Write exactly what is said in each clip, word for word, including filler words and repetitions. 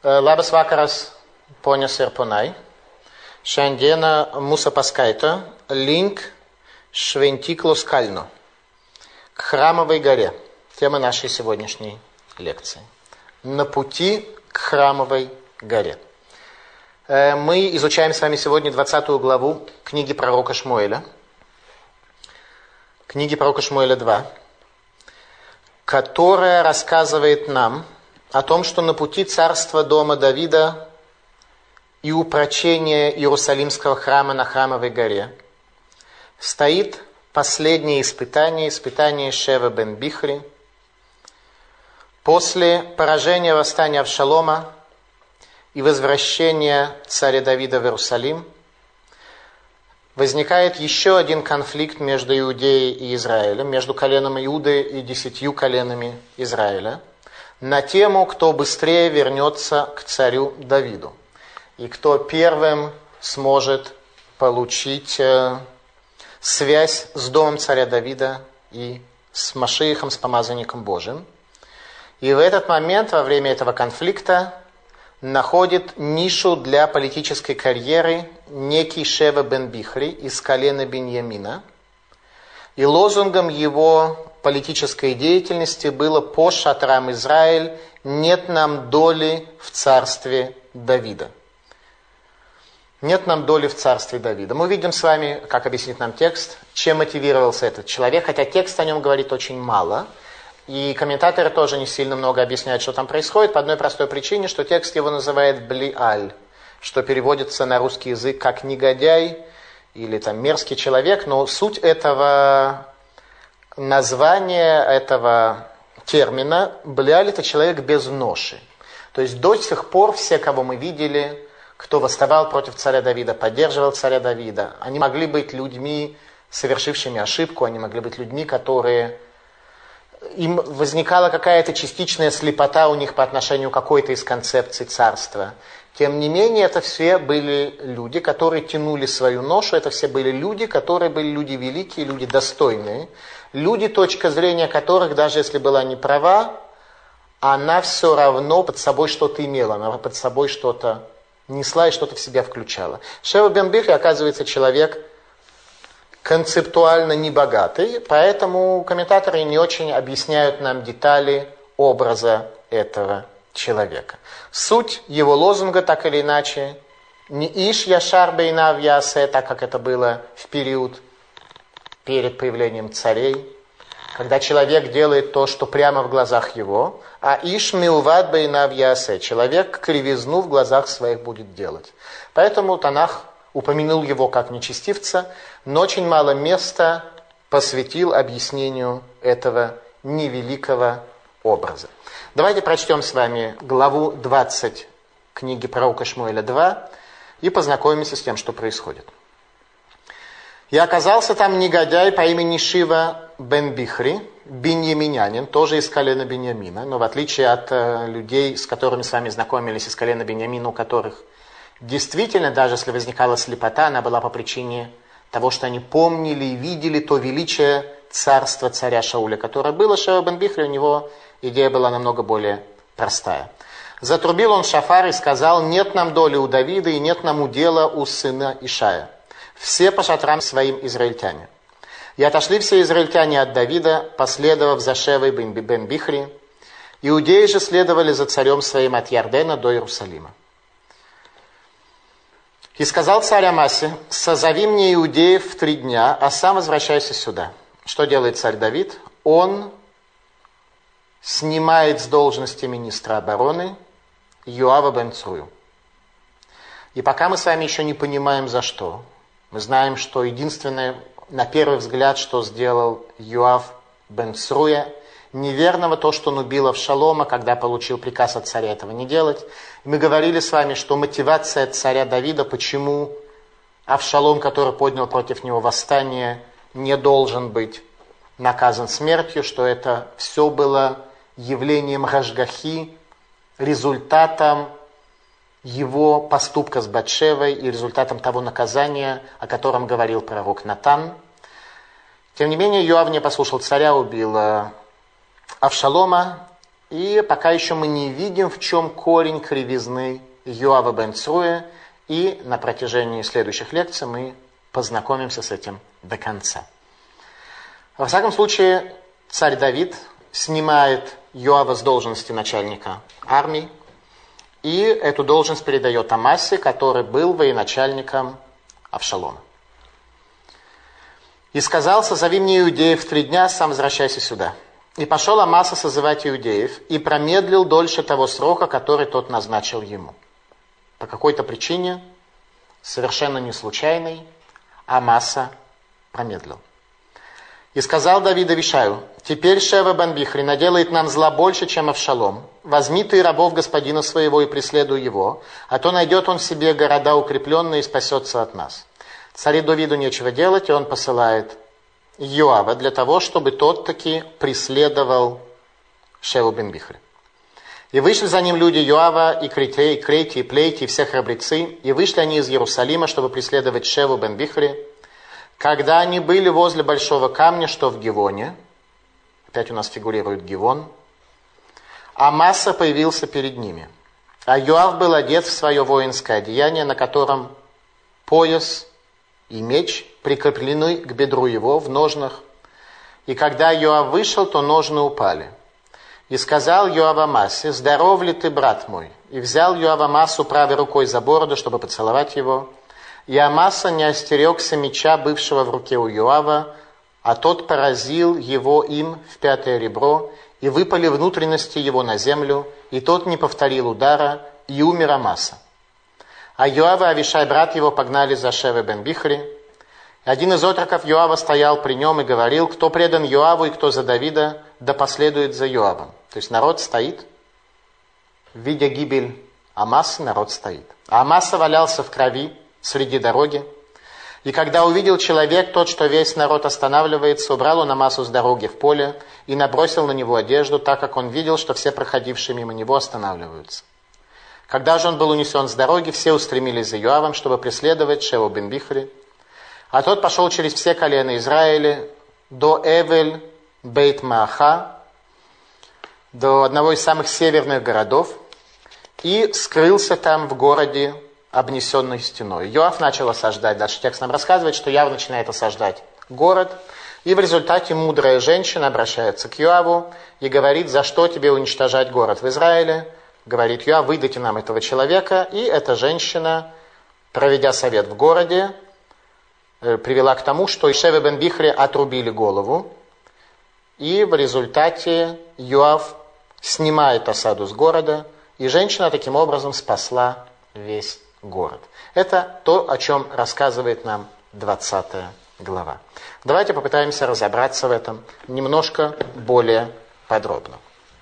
Labas vakaras, ponios ir ponai. Šiandieną mūsų paskaito link Šventyklos kalno, к храмовой горе. Тема нашей сегодняшней лекции. На пути к храмовой горе. Мы изучаем с вами сегодня двадцатую главу книги пророка Шмуэля. Книги пророка Шмуэля два, которая рассказывает нам о том, что на пути царства дома Давида и упрочения Иерусалимского храма на Храмовой горе стоит последнее испытание, испытание Шева бен Бихри. После поражения восстания Авшалома и возвращения царя Давида в Иерусалим возникает еще один конфликт между Иудеей и Израилем, между коленом Иуды и десятью коленами Израиля, на тему, кто быстрее вернется к царю Давиду и кто первым сможет получить э, связь с домом царя Давида и с Машиахом, с помазанником Божиим. И в этот момент, во время этого конфликта, находит нишу для политической карьеры некий Шева бен Бихри из колена Биньямина. И лозунгом его политической деятельности было «По шатрам Израиль нет нам доли в царстве Давида». Нет нам доли в царстве Давида. Мы видим с вами, как объяснит нам текст, чем мотивировался этот человек, хотя текст о нем говорит очень мало. И комментаторы тоже не сильно много объясняют, что там происходит, по одной простой причине, что текст его называет «блиаль», что переводится на русский язык как «негодяй» или там «мерзкий человек», но суть этого названия, этого термина «блиаль» — это человек без ноши. То есть до сих пор все, кого мы видели, кто восставал против царя Давида, поддерживал царя Давида, они могли быть людьми, совершившими ошибку, они могли быть людьми, которые... Им возникала какая-то частичная слепота у них по отношению к какой-то из концепций царства. Тем не менее, это все были люди, которые тянули свою ношу, это все были люди, которые были люди великие, люди достойные, люди, точка зрения которых, даже если была не права, она все равно под собой что-то имела, она под собой что-то несла и что-то в себя включала. Шева бен Бихри, оказывается, человек концептуально небогатый, поэтому комментаторы не очень объясняют нам детали образа этого человека. Суть его лозунга, так или иначе, не «Иш яшар бейнав ясе», так как это было в период перед появлением царей, когда человек делает то, что прямо в глазах его, а «Иш милвад бейнав ясе», человек кривизну в глазах своих будет делать. Поэтому Танах упомянул его как нечестивца, но очень мало места посвятил объяснению этого невеликого образа. Давайте прочтем с вами главу двадцать книги пророка Шмуэля два и познакомимся с тем, что происходит. «И оказался там негодяй по имени Шива бен Бихри, биньяминянин, тоже из колена Биньямина, но в отличие от э, людей, с которыми с вами знакомились из колена Биньямина, у которых действительно, даже если возникала слепота, она была по причине того, что они помнили и видели то величие царства царя Шауля, которое было. Шева бен Бихри, у него идея была намного более простая. «Затрубил он шафар и сказал: нет нам доли у Давида и нет нам удела у сына Ишая. Все по шатрам своим израильтяне. И отошли все израильтяне от Давида, последовав за Шевой бен Бихри. Иудеи же следовали за царем своим от Ярдена до Иерусалима. И сказал царь Амасе: созови мне иудеев в три дня, а сам возвращайся сюда». Что делает царь Давид? Он снимает с должности министра обороны Йоава бен Црую. И пока мы с вами еще не понимаем, за что, мы знаем, что единственное, на первый взгляд, что сделал Йоав бен Цруя, неверного то, что он убил Авшалома, когда получил приказ от царя этого не делать. И мы говорили с вами, что мотивация царя Давида, почему Авшалом, который поднял против него восстание, не должен быть наказан смертью, что это все было явлением Рашгахи, результатом его поступка с Батшевой и результатом того наказания, о котором говорил пророк Натан. Тем не менее, Йоав не послушал царя, убил Авшалома, И пока еще мы не видим, в чем корень кривизны Йоава бен Цруя, и на протяжении следующих лекций мы познакомимся с этим до конца. Во всяком случае, царь Давид снимает Йоава с должности начальника армии, и эту должность передает Амасе, который был военачальником Авшалома. «И сказал: созови мне иудеев в три дня, сам возвращайся сюда. И пошел Амаса созывать иудеев, и промедлил дольше того срока, который тот назначил ему». По какой-то причине, совершенно не случайной, Амаса промедлил. «И сказал Давид Авишаю: теперь Шева бен Бихри наделает нам зла больше, чем Авшалом. Возьми ты рабов господина своего и преследуй его, а то найдет он себе города укрепленные и спасется от нас». Царю Давиду нечего делать, и он посылает Йоава для того, чтобы тот таки преследовал Шеву бен Бихри. «И вышли за ним люди Йоава, и Крейти, и Крейти, и Плейти, и все храбрецы, и вышли они из Иерусалима, чтобы преследовать Шеву бен Бихри. Когда они были возле большого камня, что в Гивоне», опять у нас фигурирует Гивон, «Амаса появился перед ними, а Йоав был одет в свое воинское одеяние, на котором пояс и меч прикреплены к бедру его в ножнах. И когда Йоав вышел, то ножны упали. И сказал Йоав Амасе: здоров ли ты, брат мой? И взял Йоав Амасу правой рукой за бороду, чтобы поцеловать его. И Амаса не остерегся меча, бывшего в руке у Йоава, а тот поразил его им в пятое ребро, и выпали внутренности его на землю, и тот не повторил удара, и умер Амаса. А Йоава и Авишай, брат его, погнали за Шевой бен Бихри. Один из отроков Йоава стоял при нем и говорил: кто предан Йоаву и кто за Давида, да последует за Йоавом. То есть народ стоит, видя гибель Амасы, народ стоит. А Амаса валялся в крови среди дороги. И когда увидел человек тот, что весь народ останавливается, убрал он Амасу с дороги в поле и набросил на него одежду, так как он видел, что все проходившие мимо него останавливаются. Когда же он был унесен с дороги, все устремились за Йоавом, чтобы преследовать Шеву бен Бихри. А тот пошел через все колена Израиля до Эвель Бейт Мааха, до одного из самых северных городов, и скрылся там в городе, обнесенной стеной. Йоав начал осаждать, дальше текст нам рассказывает, что Йоав начинает осаждать город, и в результате мудрая женщина обращается к Йоаву и говорит: за что тебе уничтожать город в Израиле? Говорит Йоав: выдайте нам этого человека. И эта женщина, проведя совет в городе, привела к тому, что Шеве бен Бихри отрубили голову, и в результате Йоав снимает осаду с города, и женщина таким образом спасла весь город. Это то, о чем рассказывает нам двадцатая глава. Давайте попытаемся разобраться в этом немножко более подробно.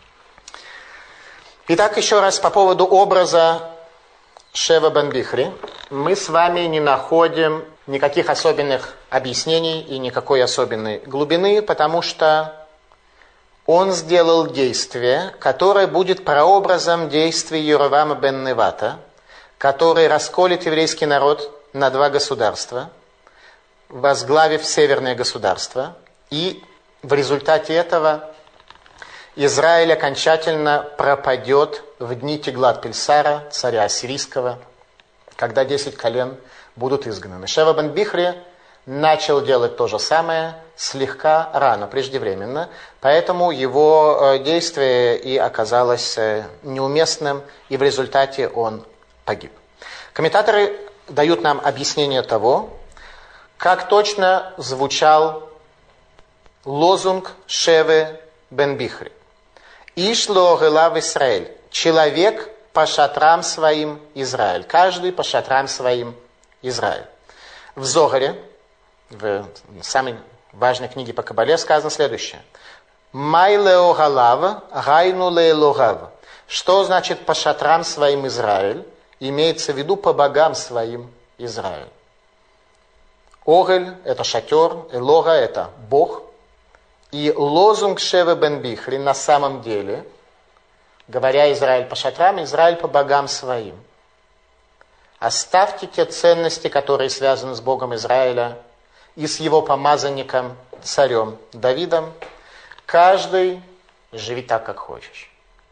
Итак, еще раз по поводу образа Шева бен Бихри. Мы с вами не находим никаких особенных объяснений и никакой особенной глубины, потому что он сделал действие, которое будет прообразом действий Йеровама бен Невата, который расколет еврейский народ на два государства, возглавив северное государство, и в результате этого Израиль окончательно пропадет в дни Тиглат-Пильсара, царя ассирийского, когда десять колен будут изгнаны. Шева бен Бихри начал делать то же самое слегка рано, преждевременно, поэтому его действие и оказалось неуместным, и в результате он погиб. Комментаторы дают нам объяснение того, как точно звучал лозунг Шевы бен Бихри. «Иш ло гелав Исраэль» – «Человек по шатрам своим Израиль». Каждый по шатрам своим Израиль. В Зогаре, в самой важной книге по Кабале, сказано следующее. «Май лео галав, гайну лейлогав». Что значит «по шатрам своим Израиль»? Имеется в виду «по богам своим Израиль». Огель – это шатер, Элога – это Бог. И лозунг Шевы бен Бихри на самом деле, говоря Израиль по шатрам, Израиль по богам своим. Оставьте те ценности, которые связаны с Богом Израиля и с его помазанником, царем Давидом. Каждый живи так, как хочешь.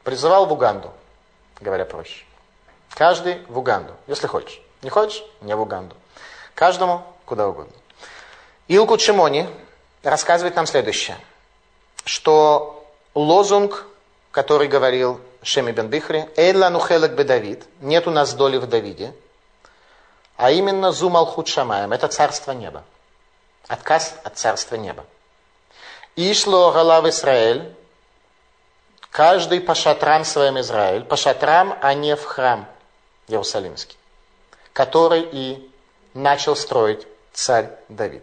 призывал в Уганду, говоря проще. Каждый в Уганду, если хочешь. Не хочешь? Не в Уганду. Каждому куда угодно. Илкут Шимони рассказывает нам следующее, что лозунг, который говорил Шеми бен Бихри, «Эйн лану хелек бе Давид», нет у нас доли в Давиде, а именно «Зу малхут шамаем», это царство неба. Отказ от царства неба. «Ишло галав Исраэль», каждый по шатрам своим Израиль, по шатрам, а не в храм Иерусалимский, который и начал строить царь Давид.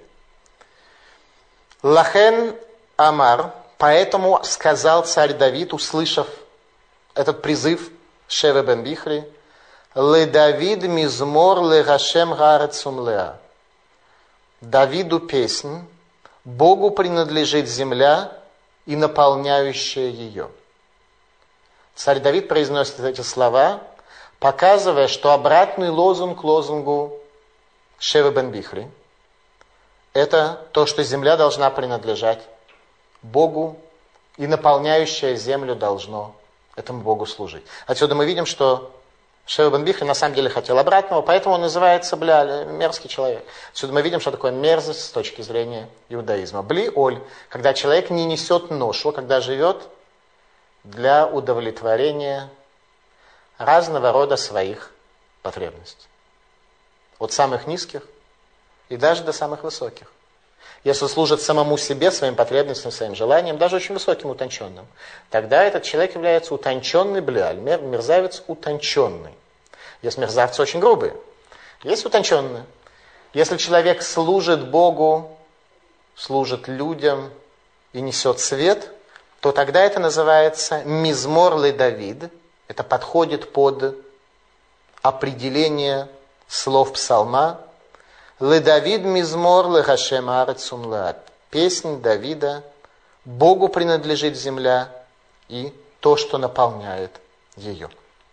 Лахен Амар, поэтому сказал царь Давид, услышав этот призыв Шеве бен Бихри, «Ле Давид мизмор ле Гашем гаарецум леа». Давиду песнь, Богу принадлежит земля и наполняющая ее. Царь Давид произносит эти слова, показывая, что обратный лозунг лозунгу Шеве бен Бихри – это то, что земля должна принадлежать Богу, и наполняющая землю должно этому Богу служить. Отсюда мы видим, что Шеве бен Бихри на самом деле хотел обратного, поэтому он называется бля, мерзкий человек. Отсюда мы видим, что такое мерзость с точки зрения иудаизма. Бли-оль, когда человек не несет ношу, когда живет для удовлетворения разного рода своих потребностей. От самых низких и даже до самых высоких. Если служит самому себе, своим потребностям, своим желаниям, даже очень высоким, утонченным, тогда этот человек является утонченный бляль, мерзавец утонченный. Есть мерзавцы очень грубые, есть утонченные. Если человек служит Богу, служит людям и несет свет, то тогда это называется мизмор ле Давид. Это подходит под определение слов псалма «Ле Давид мизмор ле Гашем аарецум леа». Песнь Давида, Богу принадлежит земля и то, что наполняет ее.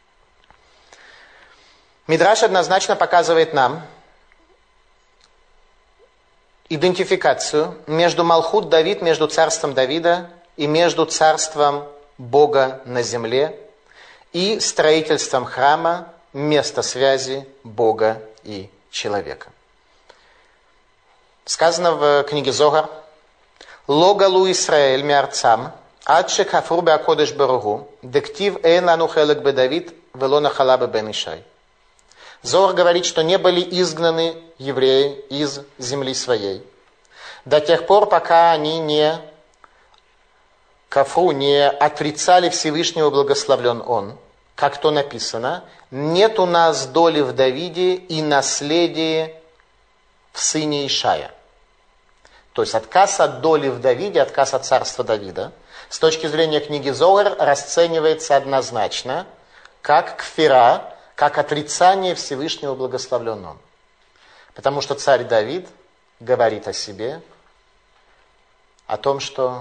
Мидраш однозначно показывает нам идентификацию между Малхут Давид, между царством Давида и между царством Бога на земле и строительством храма, место связи Бога и человека. Сказано в книге Зогар: «Логалу Исраэль миарцам, адше кафру беакодеш баругу, дектив эйн лану хелек бе Давид, вело нахала бе бен Ишай». Зогар говорит, что не были изгнаны евреи из земли своей до тех пор, пока они не кафру, не отрицали Всевышнего, благословлен Он. Как то написано: «Нет у нас доли в Давиде и наследия в сыне Ишая». То есть отказ от доли в Давиде, отказ от царства Давида, с точки зрения книги Зогар, расценивается однозначно как кфира, как отрицание Всевышнего, благословлен Он. Потому что царь Давид говорит о себе, о том, что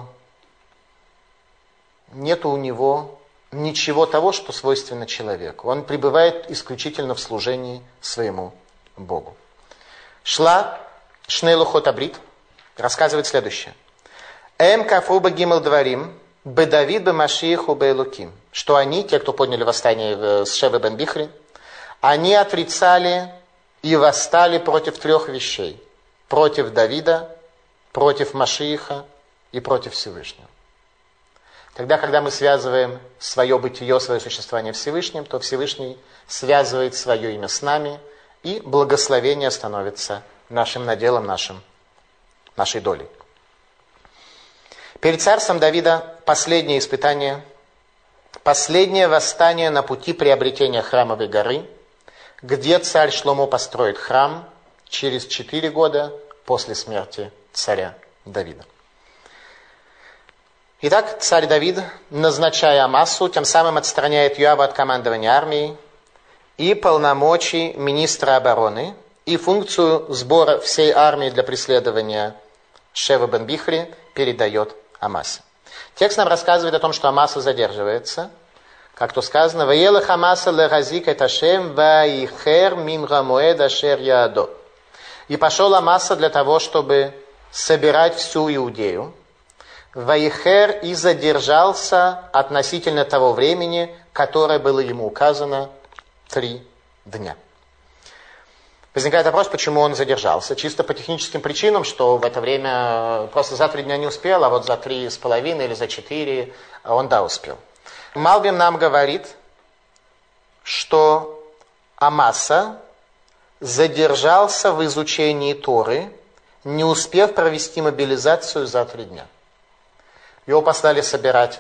нет у него ничего того, что свойственно человеку. Он пребывает исключительно в служении своему Богу. Шла Шнейлухот Абрит рассказывает следующее. Эм кафру багимал дварим, бе Давид бе Машииху бе Элоким. Что они, те, кто подняли восстание с Шеве бен Бихри, они отрицали и восстали против трех вещей. Против Давида, против Машииха и против Всевышнего. Тогда, когда мы связываем свое бытие, свое существование Всевышним, то Всевышний связывает свое имя с нами, и благословение становится нашим наделом, нашим, нашей долей. Перед царством Давида последнее испытание, последнее восстание на пути приобретения храмовой горы, где царь Шломо построит храм через четыре года после смерти царя Давида. Итак, царь Давид, назначая Амасу, тем самым отстраняет Йоава от командования армией и полномочий министра обороны, и функцию сбора всей армии для преследования Шеве бен Бихри передает Амасе. Текст нам рассказывает о том, что Амаса задерживается. Как то сказано: «Ваелах Амаса лехазик эт Ашем ваихер мимра моэд ашер яадо». И пошел Амаса для того, чтобы собирать всю Иудею Ваихер и задержался относительно того времени, которое было ему указано, три дня. Возникает вопрос, почему он задержался. Чисто по техническим причинам, что в это время просто за три дня не успел, а вот за три с половиной или за четыре он да успел. Малбим нам говорит, что Амаса задержался в изучении Торы, не успев провести мобилизацию за три дня. Его послали собирать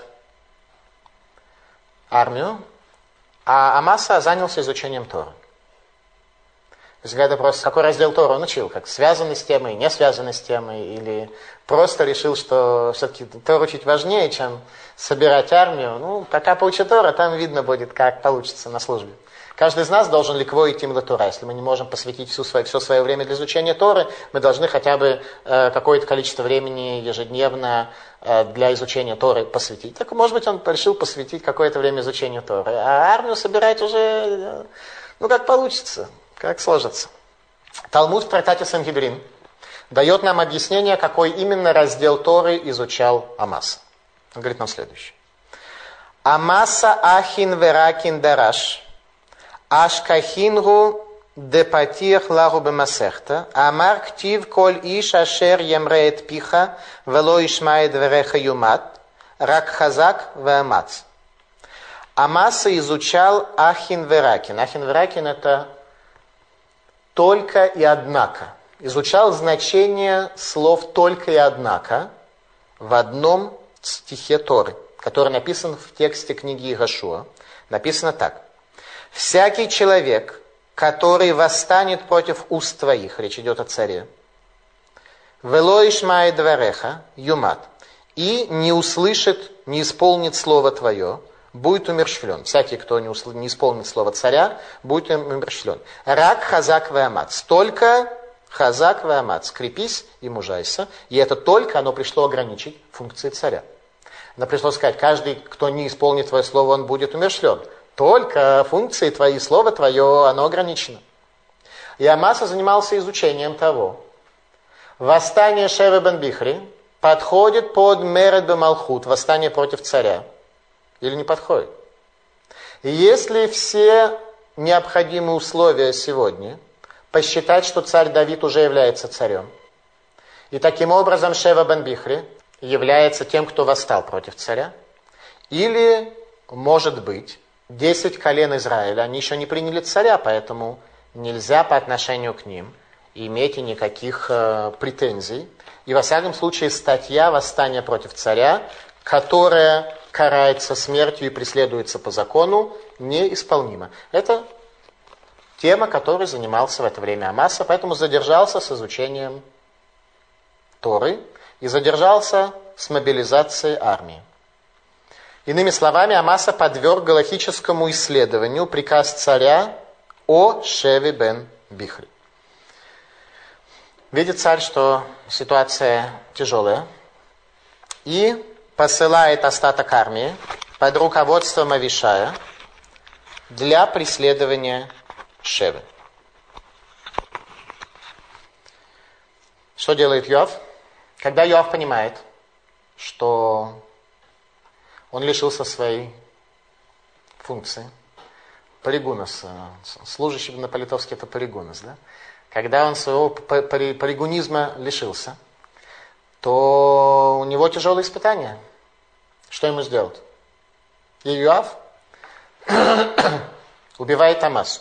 армию, а Амаса занялся изучением Торы. Возникает вопрос, какой раздел Торы он учил, как связанный с темой, не связанный с темой, или просто решил, что все-таки Тору учить важнее, чем собирать армию. Ну, пока поучит Тора, там видно будет, как получится на службе. Каждый из нас должен ликво идти на Тора. Если мы не можем посвятить всю свое, все свое время для изучения Торы, мы должны хотя бы э, какое-то количество времени ежедневно э, для изучения Торы посвятить. Так, может быть, он решил посвятить какое-то время изучению Торы. А армию собирать уже, э, ну, как получится, как сложится. Талмуд в трактате Сангедрин дает нам объяснение, какой именно раздел Торы изучал Амаса. Он говорит нам следующее. Амаса ахин веракин дараш. Ашкахингу депатих лагу бемасехта, амар ктив коль иш ашер ямреет пиха, вело ишмает вереха юмат, рак хазак веамац. Амаса изучал ахин веракин. Ахин веракин это только и однако. Изучал значение слов только и однако в одном стихе Торы, который написан в тексте книги Иегошуа. Написано так. Всякий человек, который восстанет против уст твоих, речь идет о царе, вело ишмай двареха, юмат, и не услышит, не исполнит слово твое, будет умерщвлен. Всякий, кто не, усл... не исполнит слово царя, будет умерщвлен. Рак хазак веамац, только хазак веамац, крепись и мужайся, и это только оно пришло ограничить функции царя. Оно пришло сказать, каждый, кто не исполнит твое слово, он будет умерщвлен. Только функции твои, слово твое, оно ограничено. И Амаса занимался изучением того. Восстание Шевы бен Бихри подходит под Меред бен Малхут, восстание против царя. Или не подходит? И если все необходимые условия сегодня посчитать, что царь Давид уже является царем, и таким образом Шева бен Бихри является тем, кто восстал против царя, или, может быть, Десять колен Израиля, они еще не приняли царя, поэтому нельзя по отношению к ним иметь никаких э, претензий. И во всяком случае статья восстания против царя, которая карается смертью и преследуется по закону, неисполнима. Это тема, которой занимался в это время Амаса, поэтому задержался с изучением Торы и задержался с мобилизацией армии. Иными словами, Амаса подверг галахическому исследованию приказ царя о Шеве бен Бихри. Видит царь, что ситуация тяжелая, и посылает остаток армии под руководством Авишая для преследования Шевы. Что делает Йоав? Когда Йоав понимает, что он лишился своей функции. Полигунос. Служащий на по-литовски это полигунос. Да? Когда он своего полигунизма лишился, то у него тяжелые испытания. Что ему сделать? И Йоав убивает Амасу.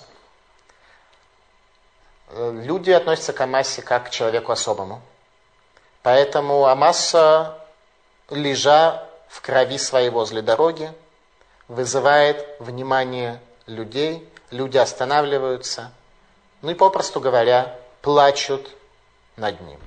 Люди относятся к Амасе как к человеку особому. Поэтому Амаса, лежа в крови своей возле дороги, вызывает внимание людей, люди останавливаются, ну и, попросту говоря, плачут над ним.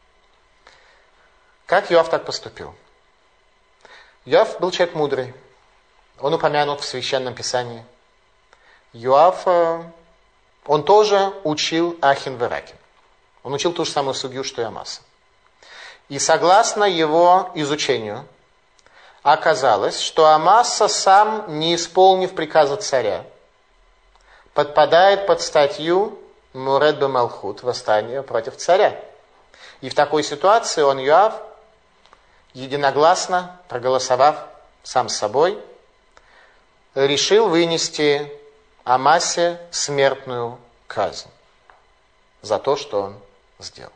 Как Йоав так поступил? Йоав был человек мудрый, он упомянут в Священном Писании. Йоав, он тоже учил Ахин веракин, он учил ту же самую сугью, что и Амаса. И согласно его изучению, оказалось, что Амаса сам, не исполнив приказа царя, подпадает под статью Муред бен Малхут, восстание против царя. И в такой ситуации он, Йоав, единогласно, проголосовав сам с собой, решил вынести Амасе смертную казнь за то, что он сделал.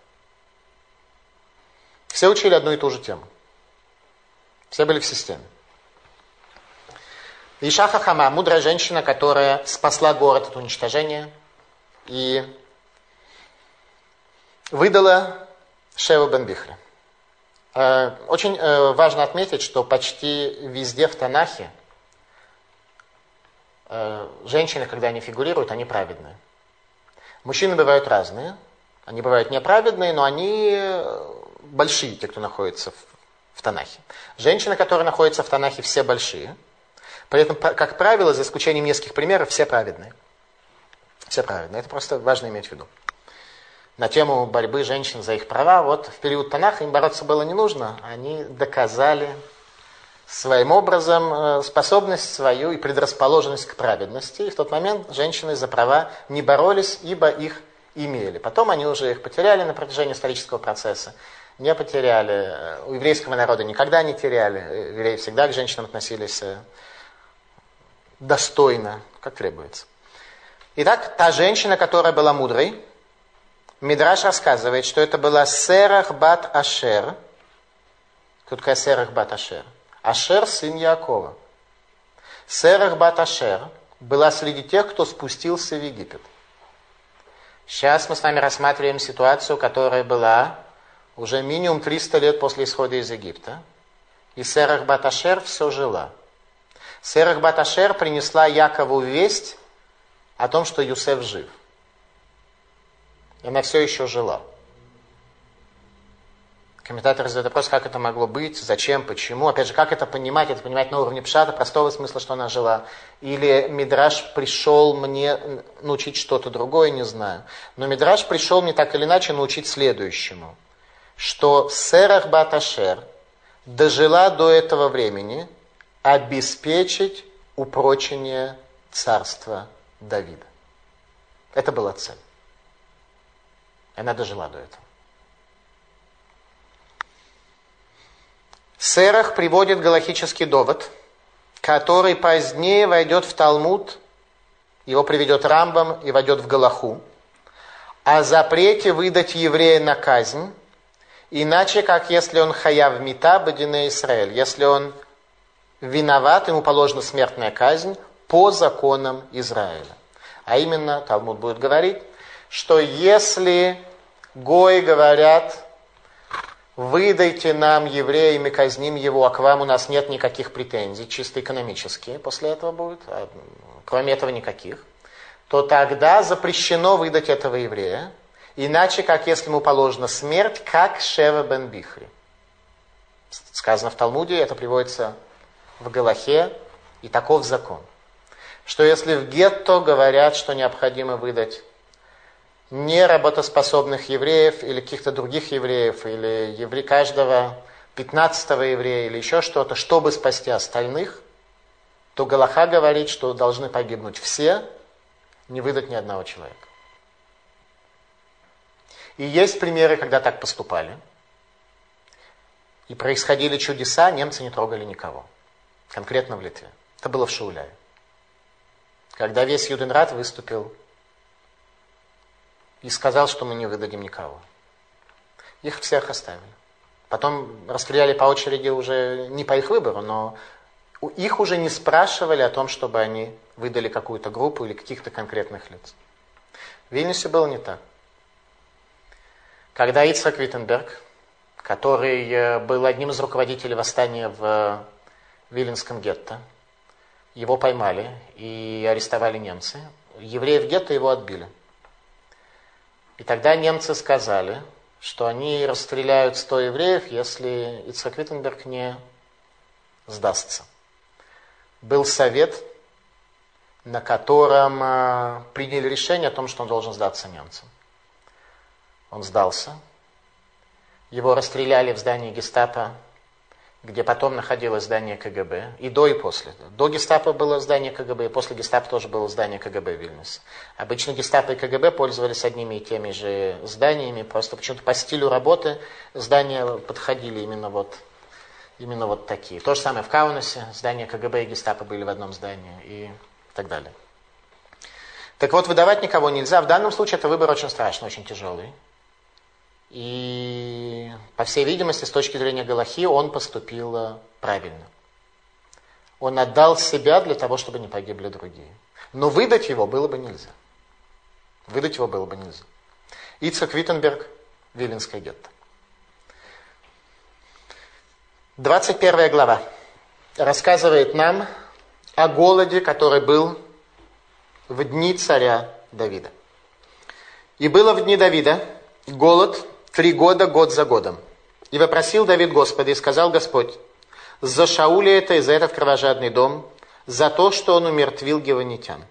Все учили одну и ту же тему. Все были в системе. Иша Хахама, мудрая женщина, которая спасла город от уничтожения и выдала Шеву бен Бихри. Очень важно отметить, что почти везде в Танахе женщины, когда они фигурируют, они праведные. Мужчины бывают разные. Они бывают неправедные, но они большие, те, кто находится в, в Танахе. Женщины, которые находятся в Танахе, все большие. При этом, как правило, за исключением нескольких примеров, все праведные. Все праведные. Это просто важно иметь в виду. На тему борьбы женщин за их права, вот в период Танаха им бороться было не нужно. Они доказали своим образом способность свою и предрасположенность к праведности. И в тот момент женщины за права не боролись, ибо их имели. Потом они уже их потеряли на протяжении исторического процесса. Не потеряли. У еврейского народа никогда не теряли. Евреи всегда к женщинам относились достойно, как требуется. Итак, та женщина, которая была мудрой, Мидраш рассказывает, что это была Серах бат Ашер. Кто такая Серах бат Ашер? Ашер, сын Яакова. Серах бат Ашер была среди тех, кто спустился в Египет. Сейчас мы с вами рассматриваем ситуацию, которая была уже минимум триста лет после исхода из Египта. И Серах бат Ашер все жила. Серах бат Ашер принесла Якову весть о том, что Юсеф жив. И она все еще жила. Комментаторы задают вопрос, как это могло быть, зачем, почему. Опять же, как это понимать? Это понимать на уровне пшата, простого смысла, что она жила. Или Мидраш пришел мне научить что-то другое, не знаю. Но Мидраш пришел мне так или иначе научить следующему. Что Серах бат Ашер дожила до этого времени обеспечить упрочение царства Давида. Это была цель. Она дожила до этого. Серах приводит галахический довод, который позднее войдет в Талмуд, его приведет Рамбам и войдет в Галаху, о запрете выдать еврея на казнь, иначе как если он хаяв мита бадине Исраэль, если он виноват, ему положена смертная казнь по законам Израиля. А именно, Талмуд будет говорить, что если гои говорят, выдайте нам еврея, и мы казним его, а к вам у нас нет никаких претензий, чисто экономические после этого будут, а кроме этого никаких, то тогда запрещено выдать этого еврея, иначе как если ему положена смерть, как Шева бен Бихри. Сказано в Талмуде, это приводится в Галахе, и таков закон. Что если в гетто говорят, что необходимо выдать неработоспособных евреев или каких-то других евреев, или евре... каждого пятнадцатого еврея, или еще что-то, чтобы спасти остальных, то Галаха говорит, что должны погибнуть все, не выдать ни одного человека. И есть примеры, когда так поступали. И происходили чудеса, немцы не трогали никого. Конкретно в Литве. Это было в Шауляе. Когда весь Юденрат выступил и сказал, что мы не выдадим никого. Их всех оставили. Потом расстреляли по очереди уже не по их выбору, но их уже не спрашивали о том, чтобы они выдали какую-то группу или каких-то конкретных лиц. В Вильнюсе было не так. Когда Ицхак Виттенберг, который был одним из руководителей восстания в Виленском гетто, его поймали и арестовали немцы, евреи в гетто его отбили. И тогда немцы сказали, что они расстреляют сто евреев, если Ицхак Виттенберг не сдастся. Был совет, на котором приняли решение о том, что он должен сдаться немцам. Он сдался. Его расстреляли в здании гестапо, где потом находилось здание ка гэ бэ, и до, и после. До гестапо было здание ка гэ бэ, и после гестапо тоже было здание ка гэ бэ в Вильнюсе. Обычно гестапо и ка гэ бэ пользовались одними и теми же зданиями, просто почему-то по стилю работы здания подходили именно вот именно вот такие. То же самое в Каунасе, здания КГБ и гестапо были в одном здании и так далее. Так вот, выдавать никого нельзя. В данном случае это выбор очень страшный, очень тяжелый. И, по всей видимости, с точки зрения галахи, он поступил правильно. Он отдал себя для того, чтобы не погибли другие. Но выдать его было бы нельзя. Выдать его было бы нельзя. Ицхак Виттенберг, Виленское гетто. двадцать первая глава рассказывает нам о голоде, который был в дни царя Давида. «И было в дни Давида голод три года, год за годом. И вопросил Давид Господа, и сказал Господь, за Шауля это и за этот кровожадный дом, за то, что он умертвил гевонитян».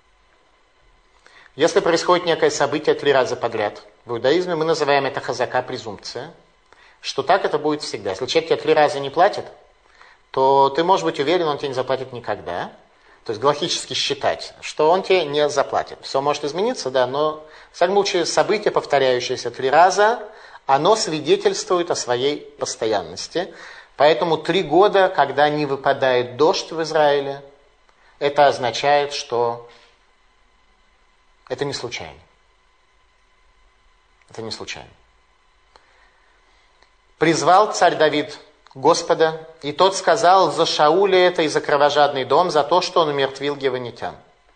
Если происходит некое событие три раза подряд, в иудаизме мы называем это хазака, презумпция, что так это будет всегда. Если человек тебе три раза не платит, то ты можешь быть уверен, он тебе не заплатит никогда. То есть галахически считать, что он тебе не заплатит. Все может измениться, да, но в всяком случае событие, повторяющееся три раза, оно свидетельствует о своей постоянности. Поэтому три года, когда не выпадает дождь в Израиле, это означает, что это не случайно. Это не случайно. Призвал царь Давид Господа, и тот сказал за Шауля это и за кровожадный дом, за то, что он умертвил гевонитян.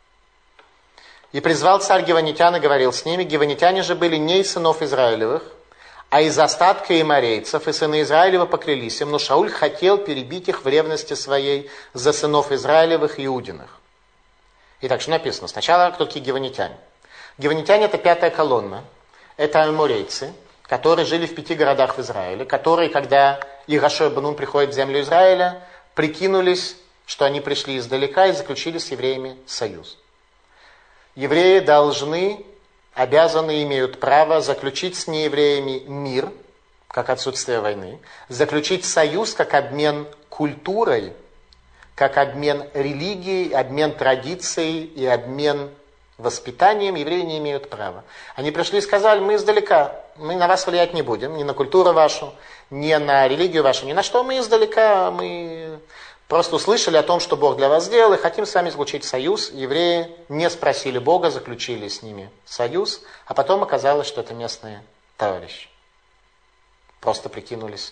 И призвал царь гевонитян и говорил с ними, гевонитяне же были не из сынов Израилевых, а из остатка иморейцев, и сыны Израилева поклялись им, но Шауль хотел перебить их в ревности своей за сынов Израилевых и Иудиных. Итак, что написано? Сначала, кто такие гевонитяне? Гевонитяне – это пятая колонна, это аморейцы, которые жили в пяти городах в Израиле, которые, когда Ирашой бен приходит в землю Израиля, прикинулись, что они пришли издалека и заключили с евреями союз. Евреи должны, обязаны, имеют право заключить с неевреями мир, как отсутствие войны, заключить союз как обмен культурой, как обмен религией, обмен традицией и обмен воспитанием, евреи не имеют права. Они пришли и сказали, мы издалека, мы на вас влиять не будем, ни на культуру вашу, ни на религию вашу, ни на что, мы издалека, мы просто услышали о том, что Бог для вас сделал, и хотим с вами заключить союз. Евреи не спросили Бога, заключили с ними союз, а потом оказалось, что это местные товарищи. Просто прикинулись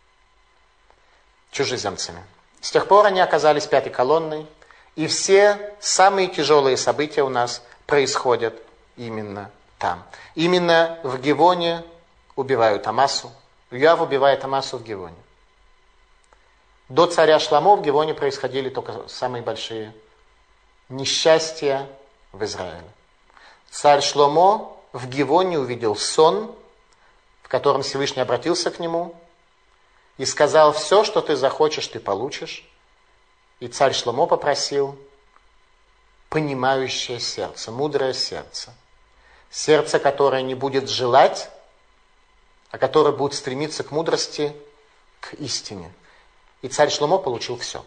чужеземцами. С тех пор они оказались пятой колонной, и все самые тяжелые события у нас происходят именно там. Именно в Гивоне убивают Амасу. Йоав убивает Амасу в Гивоне. До царя Шломо в Гивоне происходили только самые большие несчастья в Израиле. Царь Шломо в Гивоне увидел сон, в котором Всевышний обратился к нему и сказал, все, что ты захочешь, ты получишь. И царь Шломо попросил понимающее сердце, мудрое сердце. Сердце, которое не будет желать, а которое будет стремиться к мудрости, к истине. И царь Шломо получил все.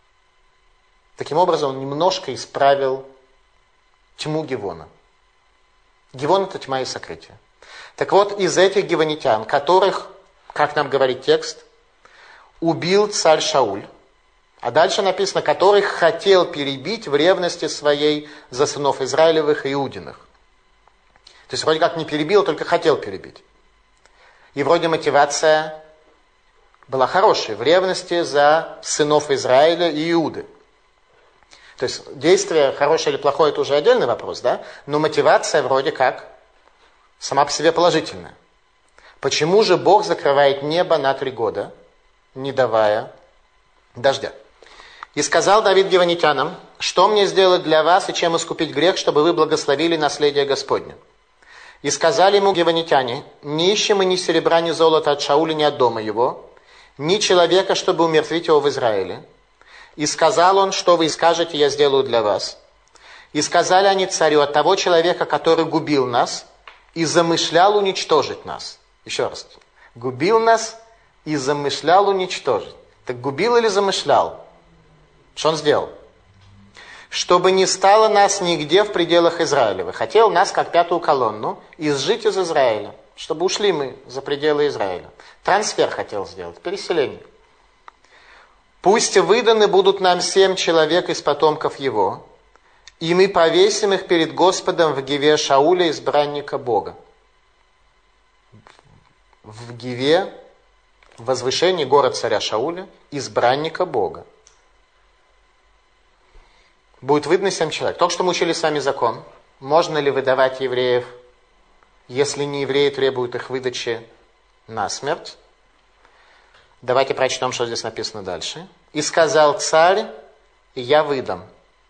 Таким образом, он немножко исправил тьму Гивона. Гивон – это тьма и сокрытие. Так вот, из этих гивонитян, которых, как нам говорит текст, убил царь Шауль, а дальше написано, которых хотел перебить в ревности своей за сынов Израилевых и Иудиных. То есть вроде как не перебил, только хотел перебить. И вроде мотивация была хорошая, в ревности за сынов Израиля и Иуды. То есть действие хорошее или плохое, это уже отдельный вопрос, да? Но мотивация вроде как сама по себе положительная. Почему же Бог закрывает небо на три года, не давая дождя? И сказал Давид гивонитянам, что мне сделать для вас и чем искупить грех, чтобы вы благословили наследие Господне? И сказали ему гивонитяне, не ищем мы ни серебра, ни золота от Шауля, ни от дома его, ни человека, чтобы умертвить его в Израиле. И сказал он, что вы скажете, я сделаю для вас. И сказали они царю, от того человека, который губил нас и замышлял уничтожить нас. Еще раз. Губил нас и замышлял уничтожить. Так губил или замышлял? Что он сделал? Чтобы не стало нас нигде в пределах Израилева. Хотел нас, как пятую колонну, изжить из Израиля. Чтобы ушли мы за пределы Израиля. Трансфер хотел сделать, переселение. Пусть выданы будут нам семь человек из потомков его, и мы повесим их перед Господом в Гиве Шауля, избранника Бога. В Гиве, в возвышении город царя Шауля, избранника Бога. Будет выдано семь человек. Только что мы учили с вами закон. Можно ли выдавать евреев, если не евреи требуют их выдачи на смерть? Давайте прочтем, что здесь написано дальше. «И сказал царь, и я выдам.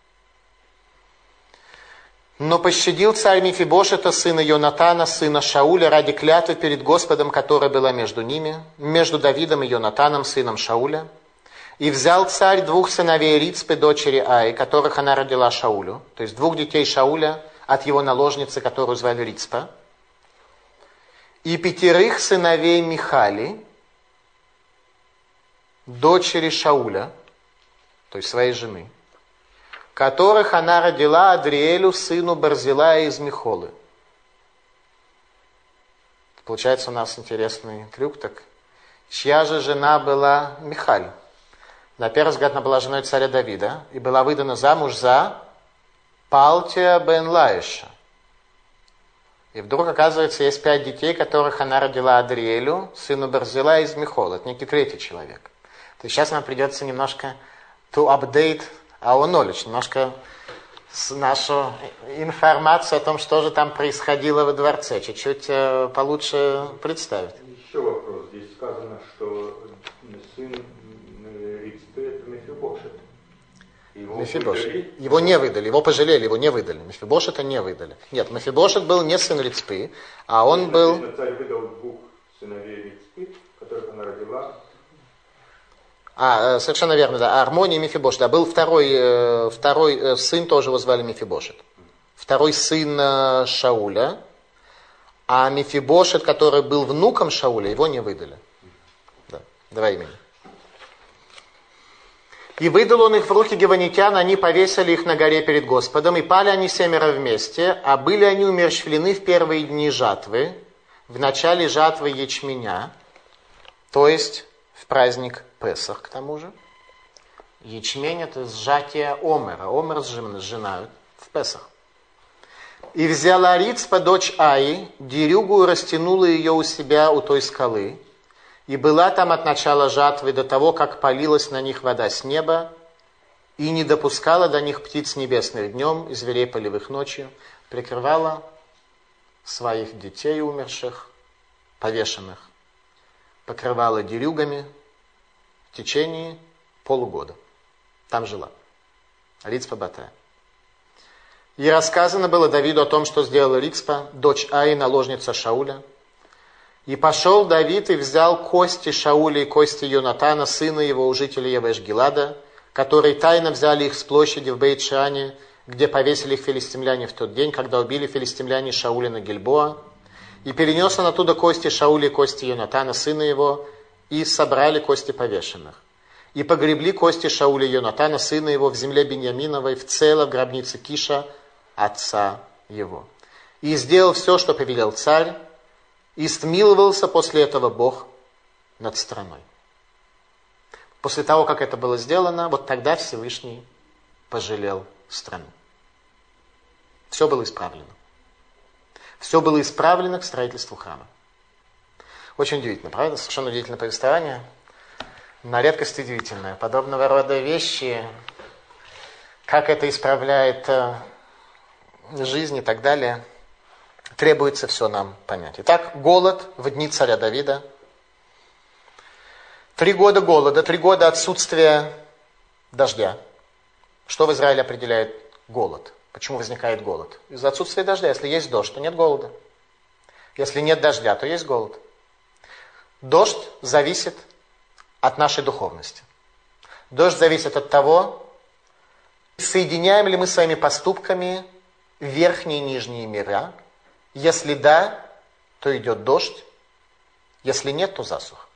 Но пощадил царь Мефибошета, сына Йонатана, сына Шауля, ради клятвы перед Господом, которая была между ними, между Давидом и Йонатаном, сыном Шауля. И взял царь двух сыновей Рицпы, дочери Аи, которых она родила Шаулю, то есть двух детей Шауля от его наложницы, которую звали Рицпа, и пятерых сыновей Михали, дочери Шауля, то есть своей жены, которых она родила Адриэлю, сыну Барзилая из Михолы». Получается у нас интересный трюк. Так, чья же жена была Михаль? На первый взгляд она была женой царя Давида и была выдана замуж за Палтия бен Лаиша. И вдруг, оказывается, есть пять детей, которых она родила Адриэлю, сыну Барзилая из Михолы. Это некий третий человек. То есть сейчас нам придется немножко to update our knowledge, немножко нашу информацию о том, что же там происходило во дворце, чуть-чуть получше представить. Еще вопрос. Здесь сказано, что сын Рицпы это Мефибошет. Его, Мефибошет. Его не выдали, его пожалели, его не выдали. Мефибошета не выдали. Нет, Мефибошет был не сын Рицпы, а он был... Царь выдал двух сыновей Рицпы, которых она родила. А, совершенно верно, да. Армония и Мефибошет. Да, был второй, второй сын, тоже его звали Мефибошет. Второй сын Шауля. А Мефибошет, который был внуком Шауля, его не выдали. Да, два имени. «И выдал он их в руки гевонитян, они повесили их на горе перед Господом, и пали они семеро вместе, а были они умерщвлены в первые дни жатвы, в начале жатвы ячменя, то есть в праздник Песах, к тому же. Ячмень — это сжатие омера. Омер сжинают в Песах. И взяла Рицпа, дочь Аи, дерюгу и растянула ее у себя у той скалы. И была там от начала жатвы до того, как полилась на них вода с неба, и не допускала до них птиц небесных днем и зверей полевых ночью, прикрывала своих детей умерших, повешенных, покрывала дерюгами в течение полугода. Там жила. Рицпа Батая. И рассказано было Давиду о том, что сделала Рицпа, дочь Аи, наложница Шауля. И пошел Давид и взял кости Шауля и кости Йонатана, сына его, у жителей Явеш-Гилада, которые тайно взяли их с площади в Бейт-Шане, где повесили их филистимляне в тот день, когда убили филистимляне Шауля на Гильбоа. И перенес он оттуда кости Шауля и кости Йонатана, сына его, и собрали кости повешенных. И погребли кости Шауля и Йонатана, сына его, в земле Беньяминовой, в цело в гробнице Киша, отца его. И сделал все, что повелел царь, и смиловался после этого Бог над страной. После того, как это было сделано, вот тогда Всевышний пожалел страну. Все было исправлено. Все было исправлено к строительству храма. Очень удивительно, правда? Совершенно удивительное повествование. На редкость удивительное. Подобного рода вещи, как это исправляет жизнь и так далее, требуется все нам понять. Итак, голод в дни царя Давида. Три года голода, три года отсутствия дождя. Что в Израиле определяет голод? Почему возникает голод? Из-за отсутствия дождя. Если есть дождь, то нет голода. Если нет дождя, то есть голод. Дождь зависит от нашей духовности. Дождь зависит от того, соединяем ли мы своими поступками верхние и нижние мира. Если да, то идет дождь. Если нет, то засуха.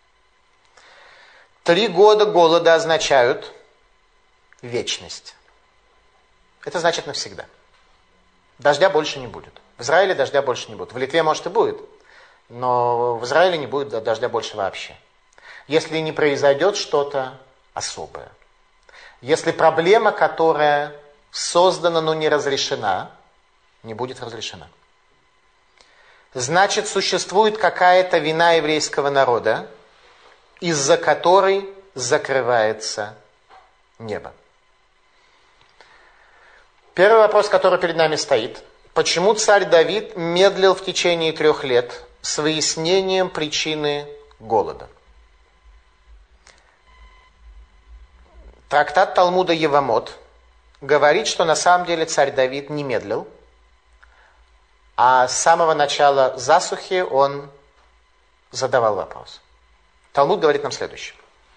Три года голода означают вечность. Это значит навсегда. Дождя больше не будет. В Израиле дождя больше не будет. В Литве, может, и будет, но в Израиле не будет дождя больше вообще. Если не произойдет что-то особое. Если проблема, которая создана, но не разрешена, не будет разрешена, значит, существует какая-то вина еврейского народа, из-за которой закрывается небо. Первый вопрос, который перед нами стоит. Почему царь Давид медлил в течение трех лет с выяснением причины голода? Трактат Талмуда Евамот говорит, что на самом деле царь Давид не медлил, а с самого начала засухи он задавал вопрос. Талмуд говорит нам следующее.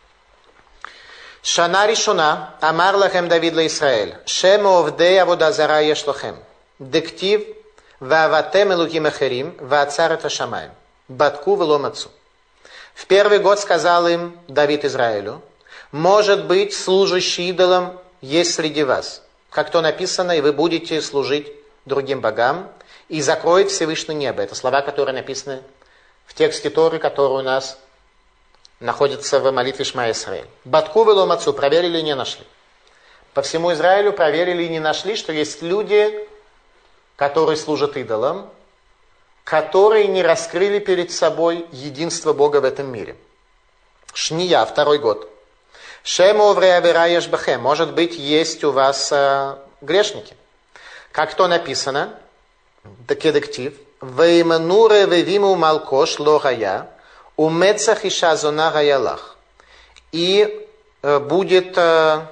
Шана ришуна амар лахем Давид ла Исраэль, шему овдей авода зара еш лохем, дектив вааватем элуким ахерим, ваацар эт ашамаим, батку вело мацу. В первый год сказал им Давид Израилю: может быть, служащий идолам есть среди вас, как то написано, и вы будете служить другим богам, и закроет Всевышний небо. Это слова, которые написаны в тексте Торы, который у нас находится в молитве Шма Исраэль. Батку вело мацу, проверили и не нашли. По всему Израилю проверили и не нашли, что есть люди, которые служат идолам, которые не раскрыли перед собой единство Бога в этом мире. Шния, второй год. Шему оврея вераеш бахем. Может быть, есть у вас э, грешники. Как то написано, декедектив, веймануре вевиму малкош логая, умецах иша зона гаялах. И э, будет э,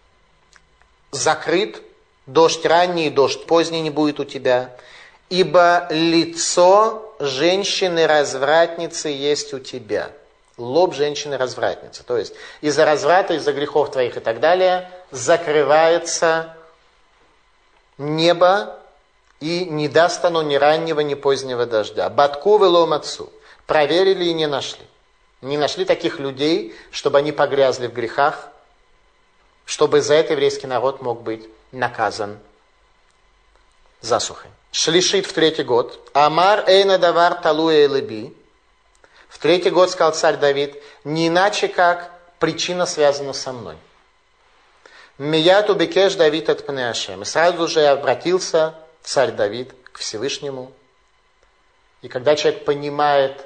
закрыт дождь ранний и дождь поздний не будет у тебя, ибо лицо женщины-развратницы есть у тебя. Лоб женщины-развратницы. То есть из-за разврата, из-за грехов твоих и так далее закрывается небо и не даст оно ни раннего, ни позднего дождя. Батку вело мацу. Проверили и не нашли. Не нашли таких людей, чтобы они погрязли в грехах, чтобы за это еврейский народ мог быть наказан засухой. Шлишит в третий год. Амар эйна давар талуэ элеби. В третий год сказал царь Давид, не иначе как причина связана со мной. Мияту бекеш Давид от пнеашем. И сразу же обратился царь Давид к Всевышнему. И когда человек понимает,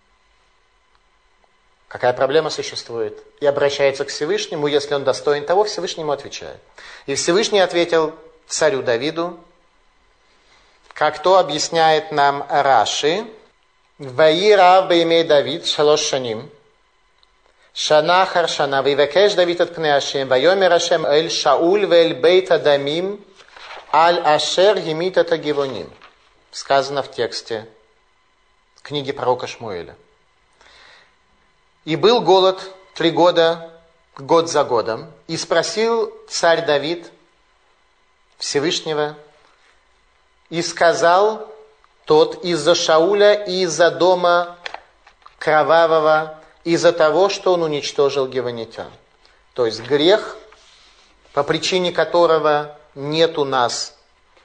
какая проблема существует, и обращается к Всевышнему, если он достоин того, Всевышнему отвечает. И Всевышний ответил царю Давиду, как то объясняет нам Раши, «Ваи рав беймей Давид шалош шаним, шана ахар шана, вивекеш Давид от пней Ашем, вайомер Ашем эль Шауль вэль бейт адамим, аль ашер гимит это гивоним». Сказано в тексте книги пророка Шмуэля. «И был голод три года, год за годом, и спросил царь Давид Всевышнего, и сказал тот из-за Шауля и из-за дома кровавого, из-за того, что он уничтожил гивонитян». То есть грех, по причине которого нет у нас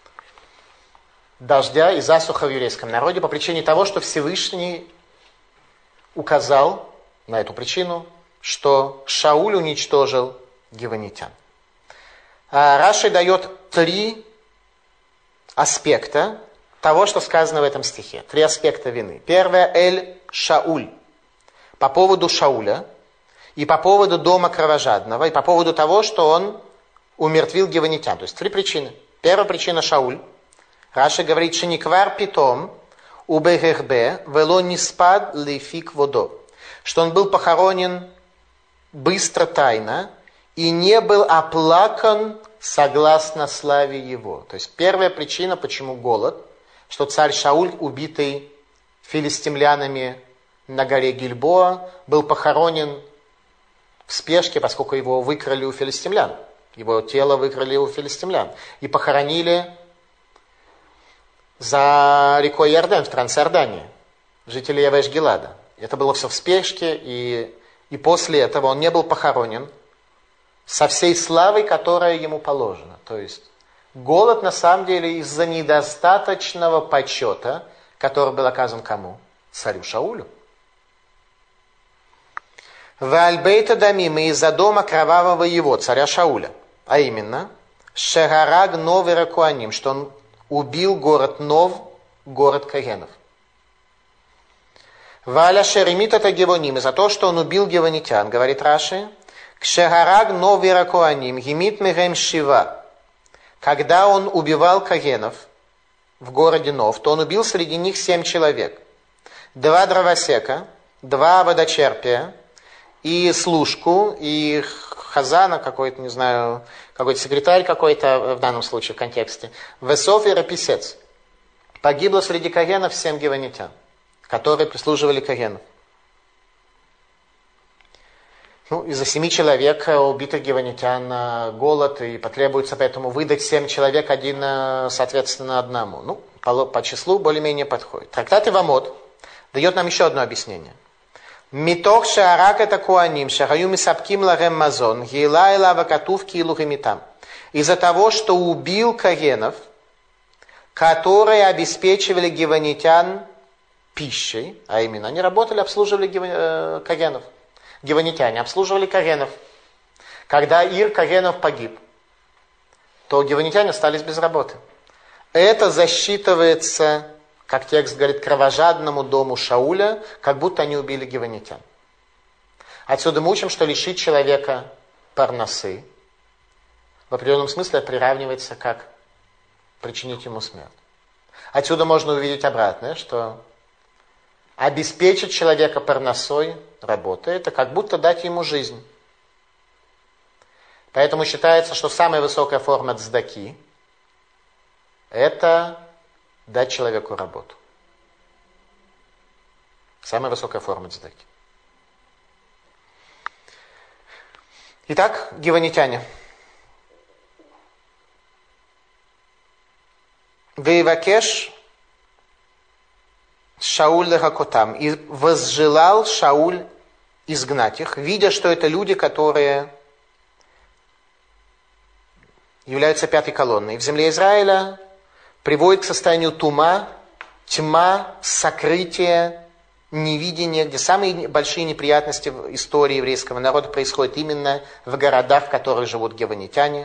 дождя и засуха в еврейском народе, по причине того, что Всевышний указал на эту причину, что Шауль уничтожил гивонитян. А Раши дает три аспекта того, что сказано в этом стихе. Три аспекта вины. Первое – Эль Шауль. По поводу Шауля, и по поводу дома кровожадного, и по поводу того, что он умертвил гивонитян. То есть три причины. Первая причина – Шауль. Раши говорит, «Шениквар питом убегехбе вело ниспад лифик водо». Что он был похоронен быстро, тайно, и не был оплакан согласно славе его. То есть первая причина, почему голод, что царь Шауль, убитый филистимлянами на горе Гильбоа, был похоронен в спешке, поскольку его выкрали у филистимлян. Его тело выкрали у филистимлян. И похоронили за рекой Иордан, в Трансиордании, жителей Явеш-Гилада. Это было все в спешке, и, и после этого он не был похоронен со всей славой, которая ему положена. То есть голод на самом деле из-за недостаточного почета, который был оказан кому? Царю Шаулю. Вальбейта дамим, и из-за дома кровавого его, царя Шауля. А именно, Шегараг Новера Куаним, что он убил город Нов, город Кагенов. Валя Шеремита Тагевоним, и за то, что он убил гевонитян, говорит Раши, Кшегараг Новера Куаним, Гимит Мегем Шива. Когда он убивал Кагенов в городе Нов, то он убил среди них семь человек. Два дровосека, два водочерпия, и служку, и хазана какой-то, не знаю, какой-то секретарь какой-то в данном случае в контексте. Весов и раписец. Погибло среди Кагенов семь гевонитян, которые прислуживали Кагенов. Ну, из-за семи человек убитых гевонитян голод, и потребуется поэтому выдать семь человек, один, соответственно, одному. Ну, по, по числу более-менее подходит. Трактат Ивамот дает нам еще одно объяснение. Митох шаарак это куаним, шахаю мисапким лагем мазон, гила и лава катувки и лухимитам. Из-за того, что убил Кагенов, которые обеспечивали гевонитян пищей, а именно они работали, обслуживали гев... Кагенов. Гевонитяне обслуживали Кагенов. Когда Ир Кагенов погиб, то гевонитяне остались без работы. Это засчитывается, как текст говорит, кровожадному дому Шауля, как будто они убили гевонитян. Отсюда мы учим, что лишить человека парносы в определенном смысле приравнивается как причинить ему смерть. Отсюда можно увидеть обратное, что обеспечить человека парносой работой, это как будто дать ему жизнь. Поэтому считается, что самая высокая форма цдаки – это дать человеку работу. Самая высокая форма цдаки. Итак, гевонитяне. Вейвакеш Шауль лехакотам. И возжелал Шауль изгнать их, видя, что это люди, которые являются пятой колонной. В земле Израиля приводит к состоянию тума, тьма, сокрытие, невидение, где самые большие неприятности в истории еврейского народа происходят именно в городах, в которых живут гевонитяне.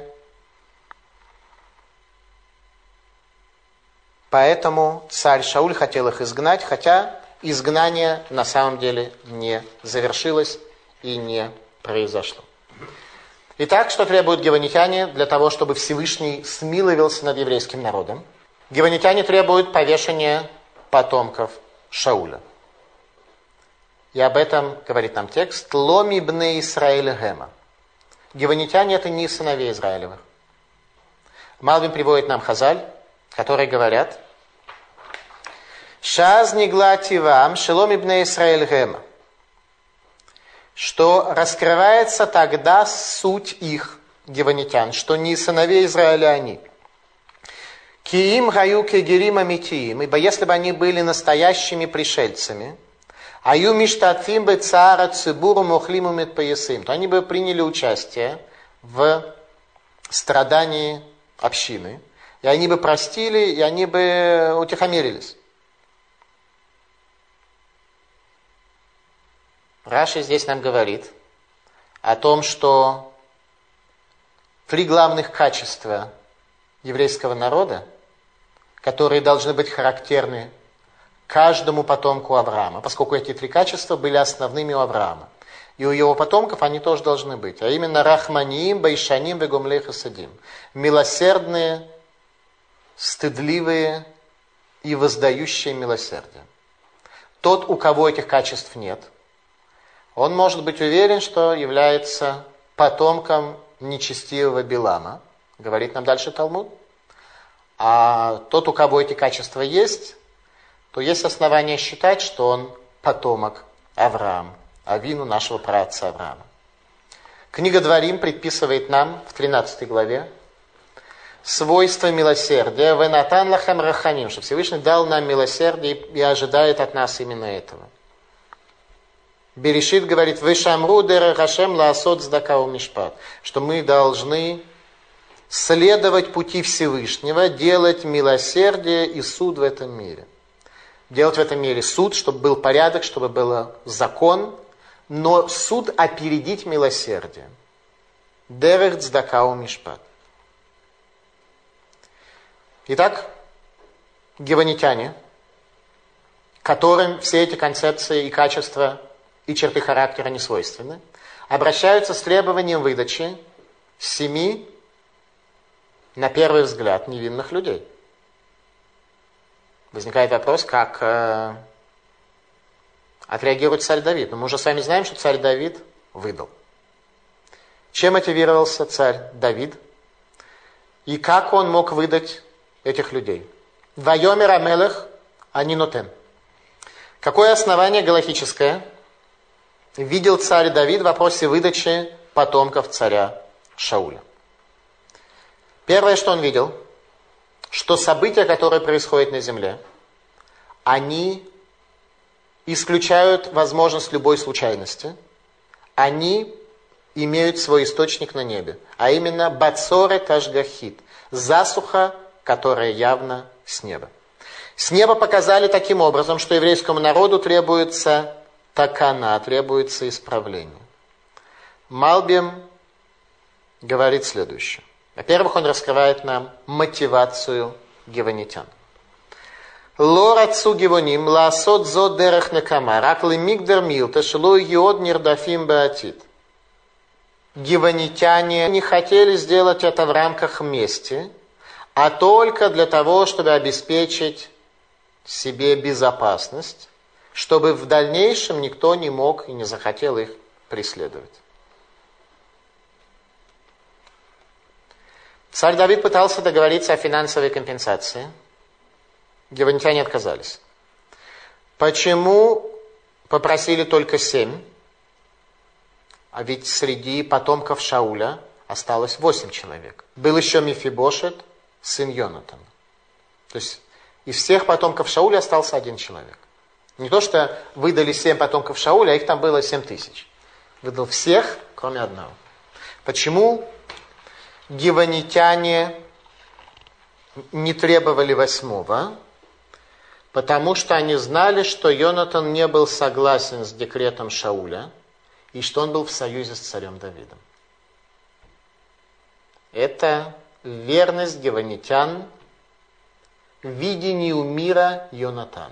Поэтому царь Шауль хотел их изгнать, хотя изгнание на самом деле не завершилось и не произошло. Итак, что требуют гевонитяне для того, чтобы Всевышний смиловился над еврейским народом? Гевонитяне требуют повешения потомков Шауля. И об этом говорит нам текст. «Ломи бне Исраэль гема». Гевонитяне – это не сыновей Израилевых. Малбим приводит нам Хазаль, которые говорят «Шаз ниглати вам шеломи бне Исраэль гема», что раскрывается тогда суть их, гевонитян, что не сыновей Израиля они. «Киим гаю кегерим амитиим», ибо если бы они были настоящими пришельцами, «Аю миштатфим бе цаара цибуру мохлиму медпоясим», то они бы приняли участие в страдании общины, и они бы простили, и они бы утихомирились. Раши здесь нам говорит о том, что три главных качества еврейского народа, которые должны быть характерны каждому потомку Авраама, поскольку эти три качества были основными у Авраама. И у его потомков они тоже должны быть. А именно рахманиим, байшаним, вегомлей хасадим. Милосердные, стыдливые и воздающие милосердие. Тот, у кого этих качеств нет, он может быть уверен, что является потомком нечестивого Билама. Говорит нам дальше Талмуд. А тот, у кого эти качества есть, то есть основания считать, что он потомок Авраама, Авину нашего праотца Авраама. Книга Дворим предписывает нам в тринадцатой главе свойство милосердия. «Венатан лахем рахамим», что Всевышний дал нам милосердие и ожидает от нас именно этого. Берешит говорит, «Вешамру дера хашем лаасот цдака умишпат», что мы должны следовать пути Всевышнего, делать милосердие и суд в этом мире. Делать в этом мире суд, чтобы был порядок, чтобы был закон, но суд опередить милосердием. Дерех цдака умишпат. Итак, геванитяне, которым все эти концепции и качества, и черты характера не свойственны, обращаются с требованием выдачи семи, на первый взгляд, невинных людей. Возникает вопрос, как э, отреагирует царь Давид. Но мы уже с вами знаем, что царь Давид выдал. Чем мотивировался царь Давид? И как он мог выдать этих людей? Вайомер амелех анинотен. Какое основание галахическое видел царь Давид в вопросе выдачи потомков царя Шауля? Первое, что он видел, что события, которые происходят на земле, они исключают возможность любой случайности, они имеют свой источник на небе, а именно бацоре ташгахит, засуха, которая явно с неба. С неба показали таким образом, что еврейскому народу требуется такана, требуется исправление. Малбим говорит следующее. Во-первых, он раскрывает нам мотивацию геванитян. Ло рацу гевоним лаасот зод дерех некама, рак лемигдер милта шло йод нирдафим баатит. Геванитяне не хотели сделать это в рамках мести, а только для того, чтобы обеспечить себе безопасность, чтобы в дальнейшем никто не мог и не захотел их преследовать. Царь Давид пытался договориться о финансовой компенсации. Геванитяне отказались. Почему попросили только семь? А ведь среди потомков Шауля осталось восемь человек. Был еще Мефибошет, сын Йонатана. То есть из всех потомков Шауля остался один человек. Не то, что выдали семь потомков Шауля, а их там было семь тысяч. Выдал всех, кроме одного. Почему геванитяне не требовали восьмого? Потому что они знали, что Йонатан не был согласен с декретом Шауля, и что он был в союзе с царем Давидом. Это верность геванитян видению мира Йонатана.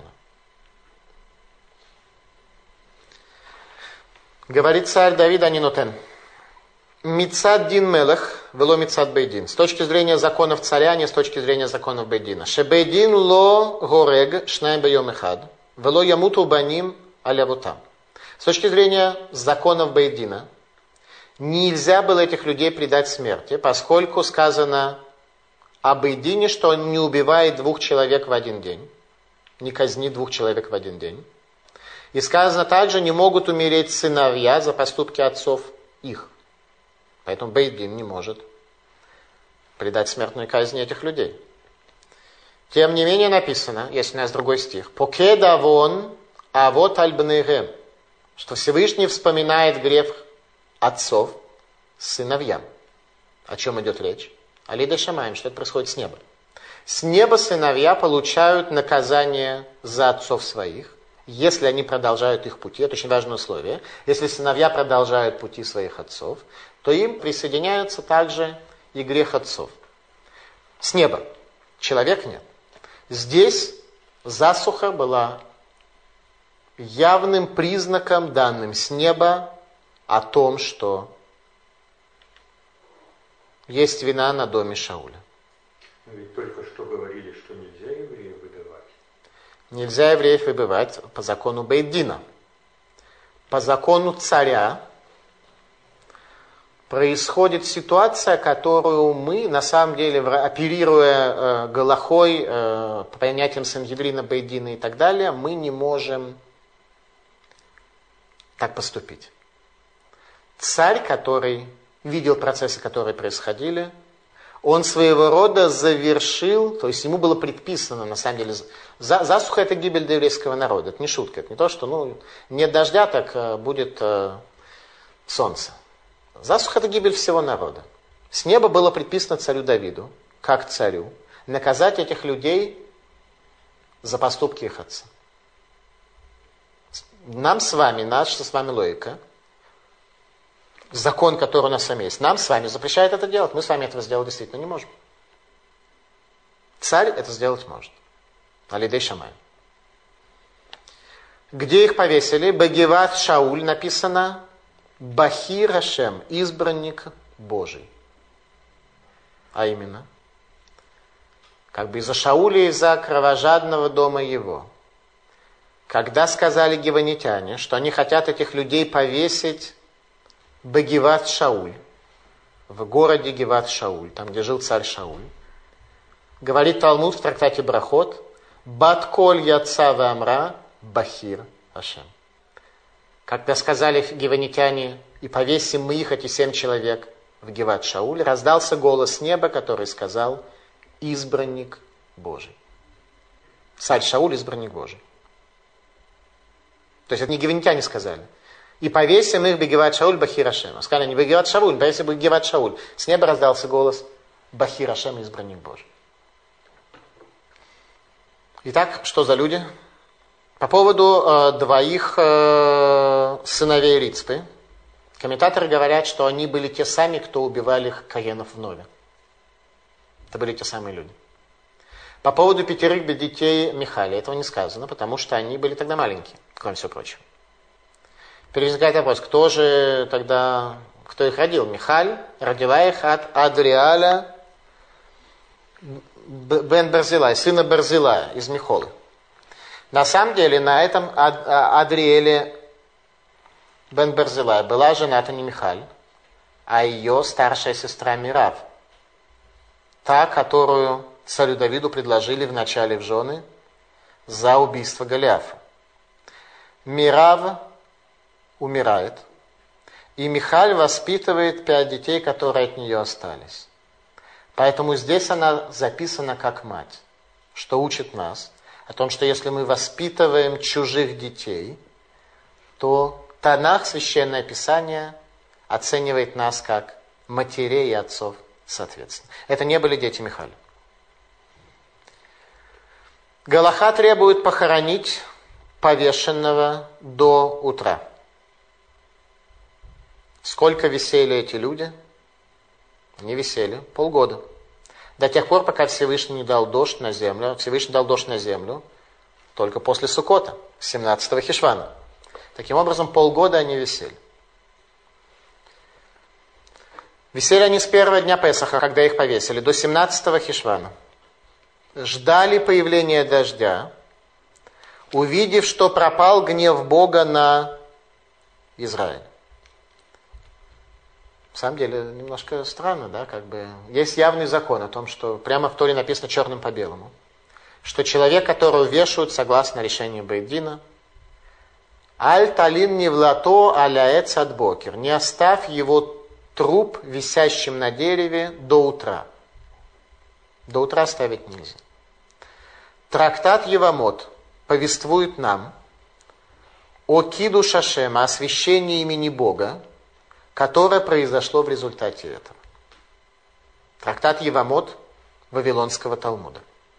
Говорит царь Давид анинотен. Мицад дин мелех, вело мицад бейдин. С точки зрения законов царя, а не с точки зрения законов бейдина. Шебейдин ло горег шнайм бейом эхад, вело ямуту баним алявутам. С точки зрения законов бейдина, нельзя было этих людей предать смерти, поскольку сказано о бейдине, что он не убивает двух человек в один день, не казнит двух человек в один день. И сказано также, не могут умереть сыновья за поступки отцов их. Поэтому бейдин не может предать смертной казни этих людей. Тем не менее написано, есть у нас другой стих, «Покедавон авот альбнейгем», что Всевышний вспоминает грех отцов с сыновьям. О чем идет речь? О лидей шамаим, что это происходит с неба. С неба сыновья получают наказание за отцов своих, если они продолжают их пути. Это очень важное условие. Если сыновья продолжают пути своих отцов, то им присоединяется также и грех отцов. С неба. Человек нет. Здесь засуха была явным признаком, данным с неба, о том, что есть вина на доме Шауля. Ведь только что говорили, что нельзя евреев выбивать. Нельзя евреев выбивать по закону Бейдина. По закону царя происходит ситуация, которую мы, на самом деле, оперируя э, галахой, э, понятием Сангедрина, Бейдина и так далее, мы не можем так поступить. Царь, который видел процессы, которые происходили, он своего рода завершил, то есть ему было предписано, на самом деле, за, засуха — это гибель для еврейского народа, это не шутка, это не то, что ну, нет дождя, так э, будет э, солнце. Засуха — это гибель всего народа. С неба было предписано царю Давиду, как царю, наказать этих людей за поступки их отца. нам с вами, наша с вами логика, закон, который у нас с вами есть, нам с вами запрещает это делать. Мы с вами этого сделать действительно не можем. Царь это сделать может. Алидей Шамай. Где их повесили? Багиват Шауль написано Бахир Ашем, избранник Божий. А именно, как бы из-за Шауля, из-за кровожадного дома его. Когда сказали гиванитяне, что они хотят этих людей повесить Багиват Шауль, в городе Гиват Шауль, там, где жил царь Шауль, говорит Талмуд в трактате Брахот, Бат коль яца вамра Бахир Ашем. Когда сказали гиванитяне, и повесим мы их, эти семь человек, в Гиват Шауль, раздался голос неба, который сказал, избранник Божий. Царь Шауль, избранник Божий. То есть это не гиванитяне сказали. И повесим их в Гиват Шауль Бахир Ашем. Сказали они, в Гиват Шауль, повесим их в Гиват Шауль. С неба раздался голос, Бахир Ашем, избранник Божий. Итак, что за люди? По поводу э, двоих э, сыновей Рицпы, комментаторы говорят, что они были те сами, кто убивали Каенов в Нове. Это были те самые люди. По поводу пятерых детей Михаля, этого не сказано, потому что они были тогда маленькие, кроме всего прочего. Теперь возникает вопрос, кто же тогда, кто их родил? Михаль родила их от Адриаля бен Барзилая, сына Барзилая из Михолы. На самом деле на этом Адриэле бен Барзилая была жена-то не Михаль, а ее старшая сестра Мирав. Та, которую царю Давиду предложили вначале в жены за убийство Голиафа. Мирав умирает, и Михаль воспитывает пять детей, которые от нее остались. Поэтому здесь она записана как мать, что учит нас о том, что если мы воспитываем чужих детей, то Танах, Священное Писание, оценивает нас как матерей и отцов соответственно. Это не были дети Михаля. Галаха требует похоронить повешенного до утра. Сколько висели эти люди? Не висели полгода. До тех пор, пока Всевышний не дал дождь на землю. Всевышний дал дождь на землю только после Суккота, семнадцатого Хишвана. Таким образом, полгода они висели. Висели они с первого дня Песаха, когда их повесили, до семнадцатого Хишвана. Ждали появления дождя, увидев, что пропал гнев Бога на Израиль. На самом деле, немножко странно, да, как бы. Есть явный закон о том, что прямо в Торе написано черным по белому, что человек, которого вешают согласно решению Бейдина, «Аль талин не влато аляэц ад бокер», не оставь его труп висящим на дереве до утра. До утра ставить нельзя. Трактат Евамот повествует нам о кидуш Ашем, о освящении имени Бога, которое произошло в результате этого. Трактат Евамот Вавилонского Талмуда.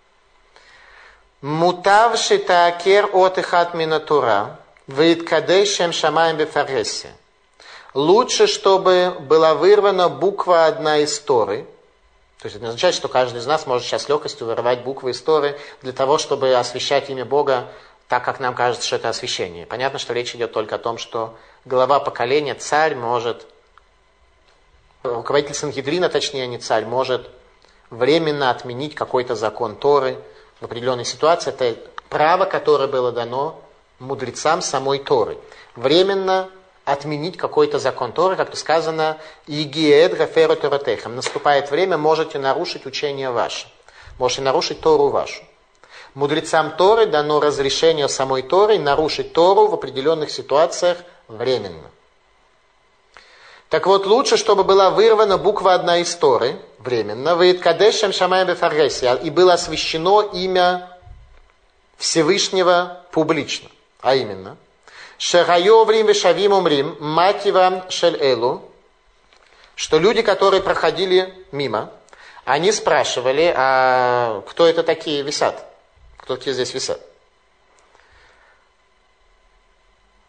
Мутав шитаакер от ихат минатура вейткадей шем шамаем бефаресе. Лучше, чтобы была вырвана буква одна из Торы. То есть это не означает, что каждый из нас может сейчас с легкостью вырывать буквы из Торы для того, чтобы освящать имя Бога так, как нам кажется, что это освящение. Понятно, что речь идет только о том, что глава поколения, царь может, руководитель Сангедрина, точнее не царь, может временно отменить какой-то закон Торы в определенной ситуации. Это право, которое было дано мудрецам самой Торы. Временно отменить какой-то закон Торы, как сказано, «Игиэд гаферу торатехам». Наступает время, можете нарушить учение ваше. Можете нарушить Тору вашу. Мудрецам Торы дано разрешение самой Торы нарушить Тору в определенных ситуациях временно. Так вот, лучше, чтобы была вырвана буква одна из Торы, временно, «Вейткадешем шамаем бефаргесия», и было освящено имя Всевышнего публично. А именно, «Шерайоврим вешавим умрим, мативам шель элу», что люди, которые проходили мимо, они спрашивали, а кто это такие висят? Кто такие здесь висят?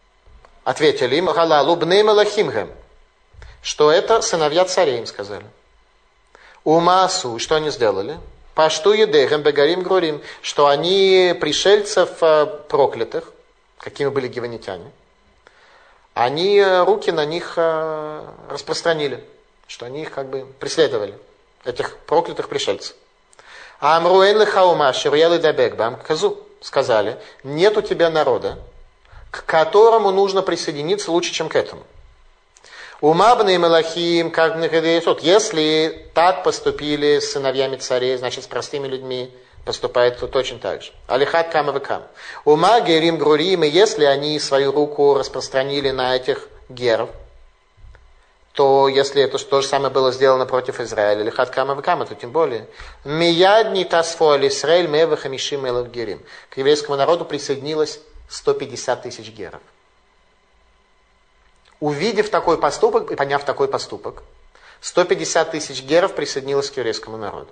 Ответили им, галалу бней мелахимгэм, что это сыновья царей, им сказали. Умасу, что они сделали? Пашту едегэм бегарим грурим, что они пришельцев проклятых, какими были гиванитяне, они руки на них распространили, что они их как бы преследовали, этих проклятых пришельцев. А амруэн лехаума ширьялы дабекбам казу, сказали, нет у тебя народа, к которому нужно присоединиться лучше, чем к этому. Умабны и Мелахим, как если так поступили с сыновьями царей, значит, с простыми людьми поступает то точно так же. Алихат кам и кам. Ума герим грурим, и если они свою руку распространили на этих геров, то если это то же самое было сделано против Израиля, алихат кам и кам, то тем более. Миядни тасфо алисраэль мевы хамишим элав герим. К еврейскому народу присоединилось сто пятьдесят тысяч геров. Увидев такой поступок и поняв такой поступок, сто пятьдесят тысяч геров присоединилось к еврейскому народу.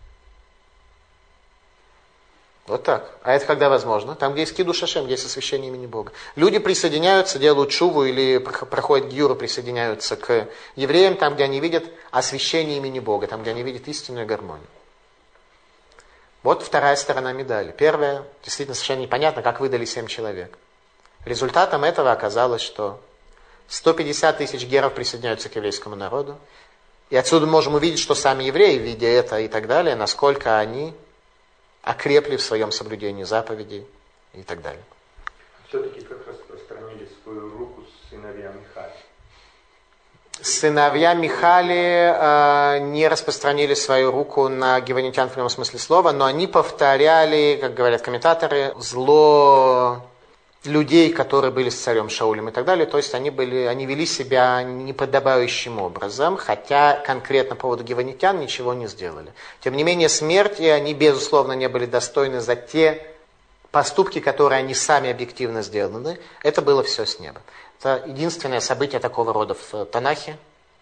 Вот так. А это когда возможно? Там, где есть кидуш Ашем, где есть освящение имени Бога. Люди присоединяются, делают шуву или проходят гиюру, присоединяются к евреям, там, где они видят освящение имени Бога, там, где они видят истинную гармонию. Вот вторая сторона медали. Первая, действительно совершенно непонятно, как выдали семь человек. Результатом этого оказалось, что сто пятьдесят тысяч геров присоединяются к еврейскому народу. И отсюда можем увидеть, что сами евреи, видя это и так далее, насколько они окрепли в своем соблюдении заповедей и так далее. Все-таки как распространили свою руку сыновья Михали? Сыновья Михали э, не распространили свою руку на гиванитян в прямом смысле слова, но они повторяли, как говорят комментаторы, зло людей, которые были с царем Шаулем и так далее. То есть они, были, они вели себя неподобающим образом, хотя конкретно по поводу гиванитян ничего не сделали. Тем не менее, смерти они, безусловно, не были достойны за те поступки, которые они сами объективно сделаны. Это было все с неба. Это единственное событие такого рода в Танахе.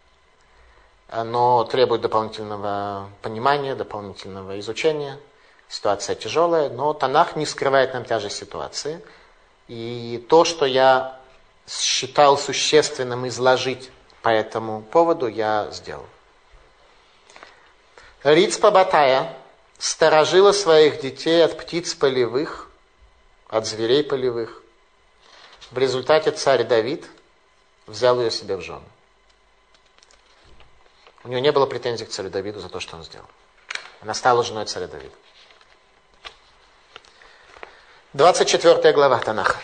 Оно требует дополнительного понимания, дополнительного изучения. Ситуация тяжелая, но Танах не скрывает нам тяжесть ситуации. И то, что я считал существенным изложить по этому поводу, я сделал. Рицпа Батая сторожила своих детей от птиц полевых, от зверей полевых. В результате царь Давид взял ее себе в жены. У него не было претензий к царю Давиду за то, что он сделал. Она стала женой царя Давида. двадцать четвёртая глава Танаха.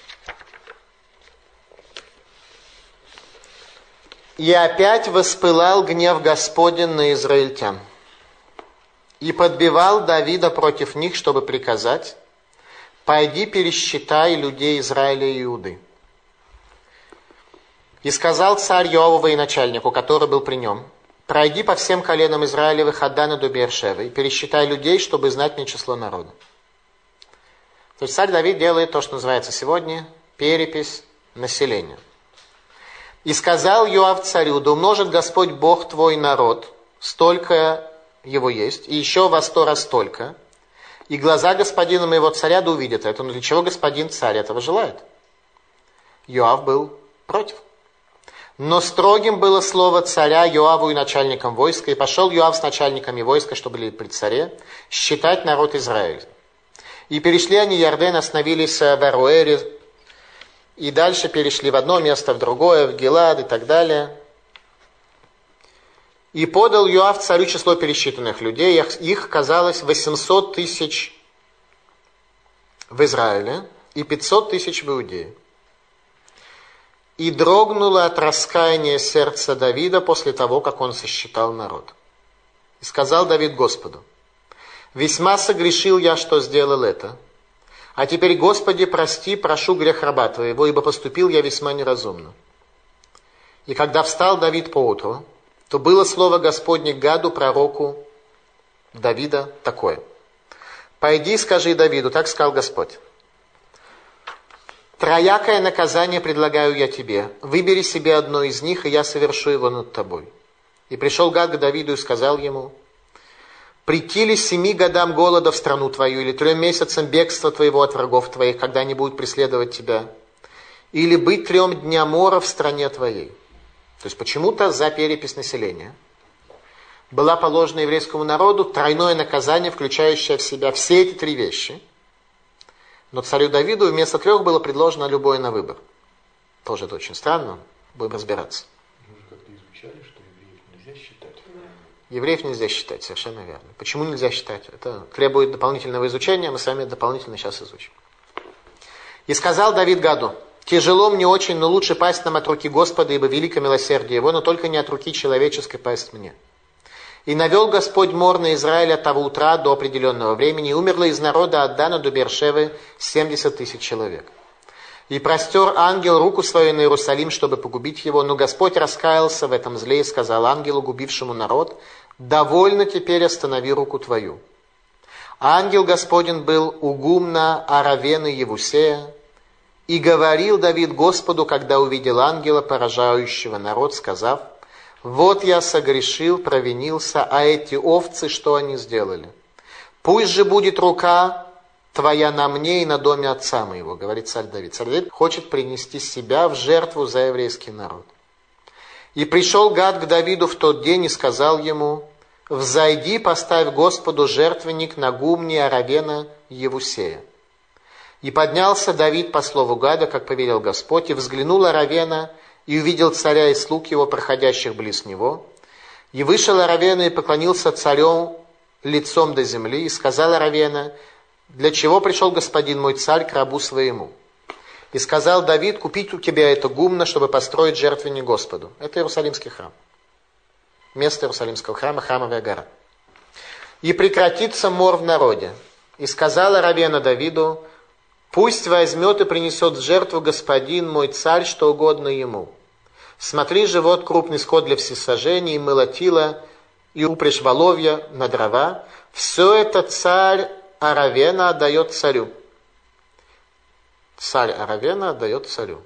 «И опять воспылал гнев Господень на израильтян, и подбивал Давида против них, чтобы приказать: пойди пересчитай людей Израиля и Иуды. И сказал царь Йоаву военачальнику, который был при нем: пройди по всем коленам Израилевых от Дана до Бершевы и пересчитай людей, чтобы знать мне число народа». То есть царь Давид делает то, что называется сегодня перепись населения. «И сказал Йоав царю: да умножит Господь Бог твой народ, столько его есть, и еще во сто раз столько, и глаза господина моего царя да увидят это». Но для чего господин царь этого желает? Йоав был против. Но строгим было слово царя Йоаву и начальникам войска, и пошел Йоав с начальниками войска, что были при царе, считать народ Израиля. И перешли они Ярден, остановились в Аруэре, и дальше перешли в одно место, в другое, в Гилад и так далее. И подал Йоав царю число пересчитанных людей, их казалось восемьсот тысяч в Израиле и пятьсот тысяч в Иудее. И дрогнуло от раскаяния сердца Давида после того, как он сосчитал народ. И сказал Давид Господу: весьма согрешил я, что сделал это. А теперь, Господи, прости, прошу грех раба твоего, ибо поступил я весьма неразумно. И когда встал Давид поутру, то было слово Господне Гаду, пророку Давида, такое: пойди, скажи Давиду, так сказал Господь: троякое наказание предлагаю я тебе, выбери себе одно из них, и я совершу его над тобой. И пришел Гад к Давиду и сказал ему: прийти ли семи годам голода в страну твою, или трем месяцам бегства твоего от врагов твоих, когда они будут преследовать тебя? или быть трем дня мора в стране твоей. То есть почему-то за перепись населения была положена еврейскому народу тройное наказание, включающее в себя все эти три вещи. Но царю Давиду вместо трех было предложено любое на выбор. Тоже это очень странно, будем разбираться. Мы же как-то изучали, что евреев нельзя считать. Евреев нельзя считать, совершенно верно. Почему нельзя считать? Это требует дополнительного изучения, мы с вами дополнительно сейчас изучим. «И сказал Давид Гаду: тяжело мне очень, но лучше пасть нам от руки Господа, ибо велико милосердие его, но только не от руки человеческой пасть мне. И навел Господь мор на Израиль от того утра до определенного времени, и умерло из народа от Дана до Бершевы семьдесят тысяч человек. И простер ангел руку свою на Иерусалим, чтобы погубить его, но Господь раскаялся в этом зле и сказал ангелу, губившему народ: довольно теперь, останови руку твою. Ангел Господень был у гумна Аравена Евусея, и говорил Давид Господу, когда увидел ангела, поражающего народ, сказав: вот я согрешил, провинился, а эти овцы, что они сделали? Пусть же будет рука твоя на мне и на доме отца моего, говорит царь Давид. Царь Давид хочет принести себя в жертву за еврейский народ. И пришел Гад к Давиду в тот день и сказал ему: взойди, поставь Господу жертвенник на гумне Аравена Евусея. И поднялся Давид по слову Гада, как повелел Господь, и взглянул Аравена, и увидел царя и слуг его, проходящих близ него. И вышел Аравена и поклонился царю лицом до земли, и сказал Аравена: для чего пришел господин мой царь к рабу своему? И сказал Давид: купить у тебя это гумно, чтобы построить жертвенник Господу. Это Иерусалимский храм. Место Иерусалимского храма, храмовая гора. И прекратится мор в народе. И сказал Аравена Давиду: пусть возьмет и принесет в жертву господин мой царь, что угодно ему. Смотри же, вот крупный скот для всесожжения, и молотила, и упряжь воловья на дрова. Все это царь Аравена отдает царю. Царь Аравена отдает царю.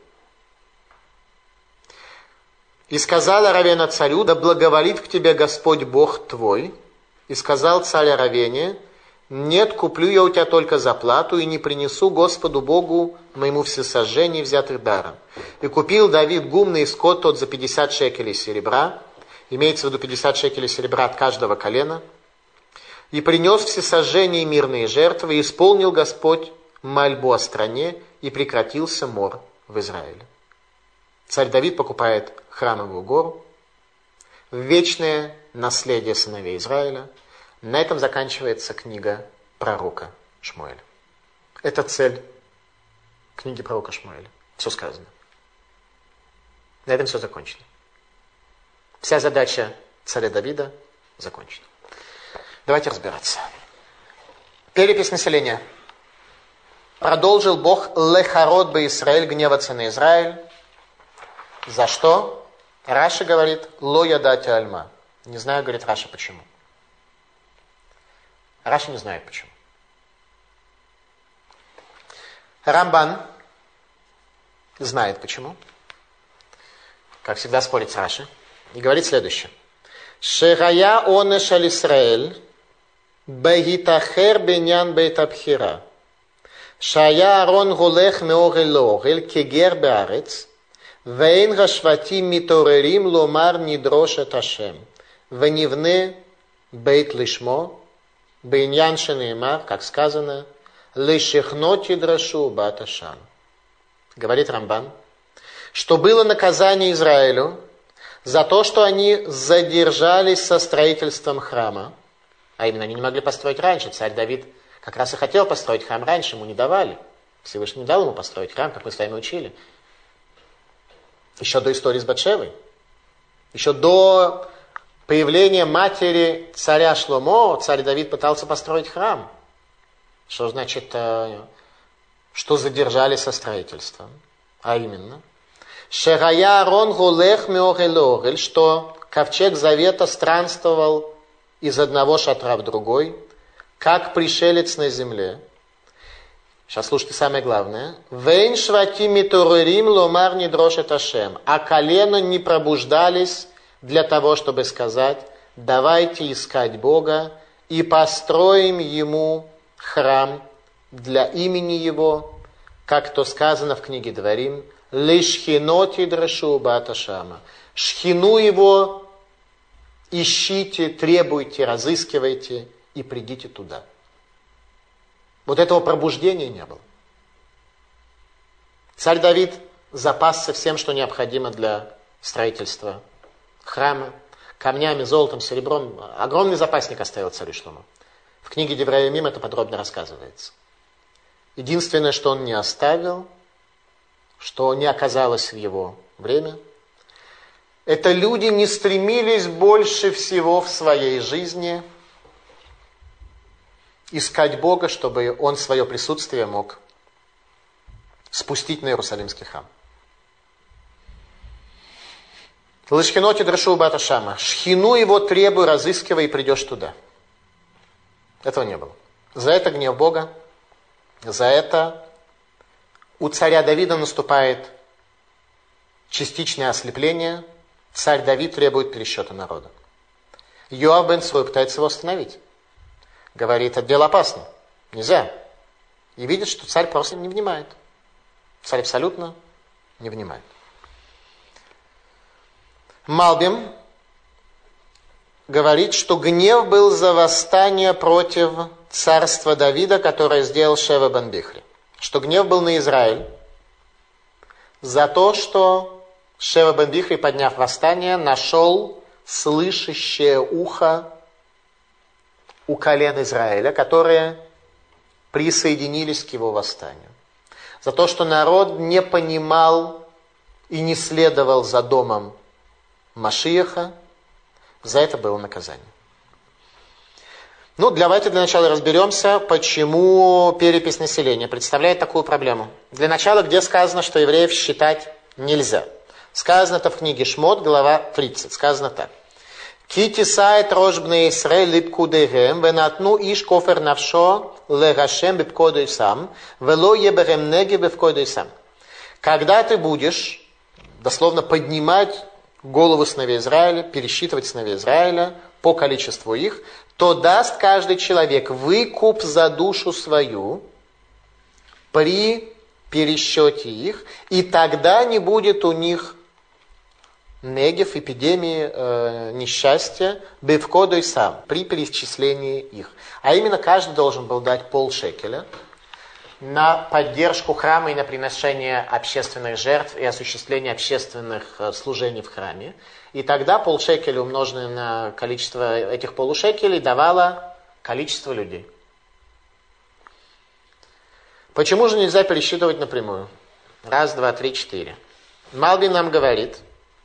И сказал Аравена царю: да благоволит к тебе Господь Бог твой. И сказал царь Аравене: нет, куплю я у тебя только за плату, и не принесу Господу Богу моему всесожжение, взятых даром. И купил Давид гумный и скот тот за пятьдесят шекелей серебра, имеется в виду пятьдесят шекелей серебра от каждого колена, и принес всесожжение и мирные жертвы, и исполнил Господь мольбу о стране, и прекратился мор в Израиле. Царь Давид покупает храмовую гору, вечное наследие сыновей Израиля. На этом заканчивается книга пророка Шмуэля. Это цель книги пророка Шмуэля. Все сказано. На этом все закончено. Вся задача царя Давида закончена. Давайте разбираться. Перепись населения. Продолжил Бог лехарот бе Исраэль, гневаться на Израиль. За что? Раши говорит: ло ядати альма. Не знаю, говорит Раши, почему. Раши не знает почему. Рамбан знает почему. Как всегда спорит с Раши. И говорит следующее. Шерая онеш аль Исраэль бегитахер бенян бейтабхира. Шая арон гулех меогель лоогель кегер беарец. Вейн гашватим миторерим ломар нидрош эт Ашем. Венивне бейт лишмо. Бейньян шенеймар, как сказано, лишихноти драшу баташан. Говорит Рамбан, что было наказание Израилю за то, что они задержались со строительством храма. А именно, они не могли построить раньше. Царь Давид как раз и хотел построить храм раньше, ему не давали. Всевышний не дал ему построить храм, как мы с вами учили. Еще до истории с Батшевой. Еще до появления матери царя Шломо, царь Давид пытался построить храм. Что значит, что задержали со строительством? А именно, Шерая Арон гулех меогель, что ковчег завета странствовал из одного шатра в другой, как пришелец на земле. Сейчас слушайте самое главное. Вейн швати митуририм ломар нидрошет Ашем. А колено не пробуждались для того, чтобы сказать: давайте искать Бога и построим Ему храм для имени Его, как то сказано в книге Дворим: Лишхиноти дрешу баташама. Шхину его ищите, требуйте, разыскивайте и придите туда. Вот этого пробуждения не было. Царь Давид запасся всем, что необходимо для строительства храма. Камнями, золотом, серебром. Огромный запасник оставил царю Шломо. В книге Деврей Ямим это подробно рассказывается. Единственное, что он не оставил, что не оказалось в его время, это люди не стремились больше всего в своей жизни искать Бога, чтобы Он свое присутствие мог спустить на Иерусалимский храм. Лышхиноти дрешу бата Шама. Шхину его требуй, разыскивай, и придешь туда. Этого не было. За это гнев Бога, за это у царя Давида наступает частичное ослепление. Царь Давид требует пересчета народа. Йоав бен Цруя пытается его остановить. Говорит, это дело опасно. Нельзя. И видит, что царь просто не внимает. Царь абсолютно не внимает. Малбим говорит, что гнев был за восстание против царства Давида, которое сделал Шева бен Бихри. Что гнев был на Израиль за то, что Шева бен Бихри, подняв восстание, нашел слышащее ухо у колен Израиля, которые присоединились к его восстанию. За то, что народ не понимал и не следовал за домом Машиаха, за это было наказание. Ну, давайте для начала разберемся, почему перепись населения представляет такую проблему. Для начала, где сказано, что евреев считать нельзя. Сказано это в книге Шмот, глава тридцать. Сказано так. Ки тисает рож бней Исраэль липкудейгем, венатну иш кофер навшо легашем бипкодой сам, вело еберем неги бипкодой сам. Когда ты будешь, дословно, поднимать голову сыновей Израиля, пересчитывать сыновей Израиля по количеству их, то даст каждый человек выкуп за душу свою при пересчете их, и тогда не будет у них негев, эпидемии, э, несчастья, бевкодой сам, при перечислении их. А именно каждый должен был дать полшекеля на поддержку храма и на приношение общественных жертв и осуществление общественных служений в храме. И тогда полшекеля, умноженное на количество этих полушекелей, давало количество людей. Почему же нельзя пересчитывать напрямую? Раз, два, три, четыре. Малбин нам говорит,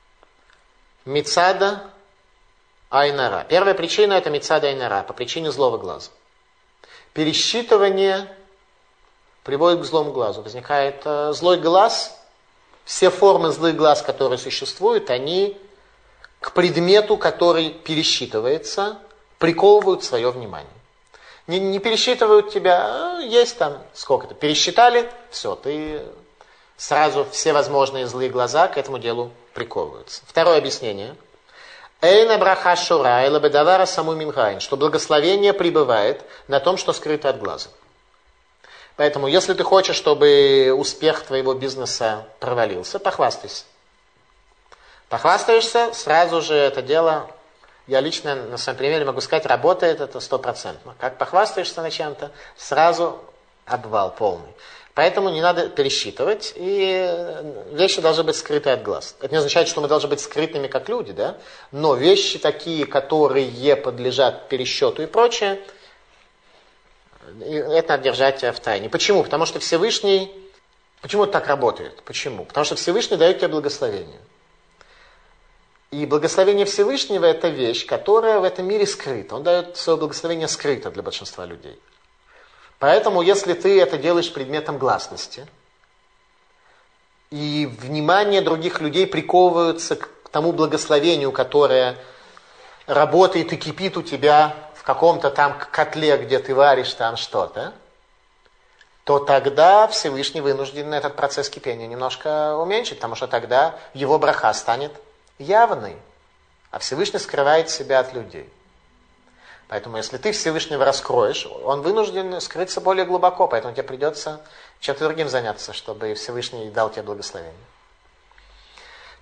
мицада айнара. Первая причина это мицада айнара, по причине злого глаза. Пересчитывание приводит к злому глазу. Возникает э, злой глаз. Все формы злых глаз, которые существуют, они к предмету, который пересчитывается, приковывают свое внимание. Не, не пересчитывают тебя, есть там сколько-то. Пересчитали, все, ты сразу все возможные злые глаза к этому делу приковываются. Второе объяснение. Эйна браха шура или бедавара саму мингайн, что благословение пребывает на том, что скрыто от глаза. Поэтому, если ты хочешь, чтобы успех твоего бизнеса провалился, похвастайся. Похвастаешься, сразу же это дело, я лично на своем примере могу сказать, работает это стопроцентно. Как похвастаешься на чем-то, сразу обвал полный. Поэтому не надо пересчитывать, и вещи должны быть скрыты от глаз. Это не означает, что мы должны быть скрытыми как люди, да? Но вещи такие, которые подлежат пересчету и прочее, это надо держать в тайне. Почему? Потому что Всевышний... Почему это так работает? Почему? Потому что Всевышний дает тебе благословение. И благословение Всевышнего – это вещь, которая в этом мире скрыта. Он дает свое благословение скрыто для большинства людей. Поэтому, если ты это делаешь предметом гласности, и внимание других людей приковывается к тому благословению, которое работает и кипит у тебя в каком-то там котле, где ты варишь там что-то, то тогда Всевышний вынужден этот процесс кипения немножко уменьшить, потому что тогда его браха станет явной, а Всевышний скрывает себя от людей. Поэтому, если ты Всевышнего раскроешь, он вынужден скрыться более глубоко, поэтому тебе придется чем-то другим заняться, чтобы Всевышний дал тебе благословение.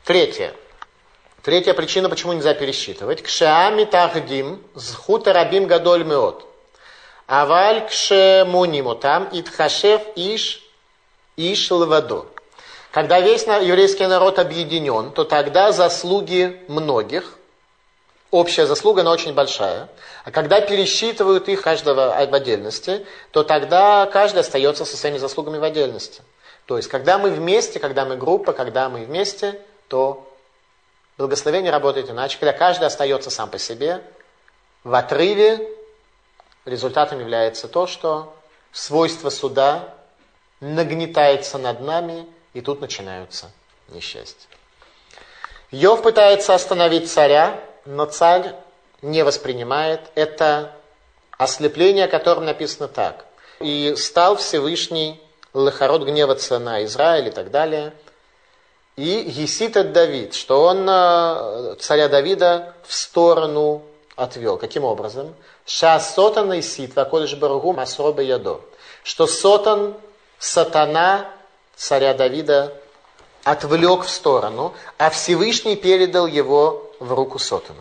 Третье. Третья причина, почему нельзя пересчитывать. Кшеами тахдим зхута рабим гадоль меот. Аваль кшемуниму там итхашев иш иш лвадо. Когда весь еврейский народ объединен, то тогда заслуги многих, общая заслуга, она очень большая. А когда пересчитывают их каждого в отдельности, то тогда каждый остается со своими заслугами в отдельности. То есть, когда мы вместе, когда мы группа, когда мы вместе, то благословение работает иначе. Когда каждый остается сам по себе, в отрыве результатом является то, что свойство суда нагнетается над нами, и тут начинаются несчастья. Иов пытается остановить царя, но царь не воспринимает. Это ослепление, о котором написано так. «И стал Всевышний Лехарот гневаться на Израиль» и так далее. И «Есит от Давид», что он царя Давида в сторону отвел. Каким образом? «Ша сотан и сит вакодыш баругу масроба ядо», что сотан, сатана царя Давида отвлек в сторону, а Всевышний передал его в руку сотану.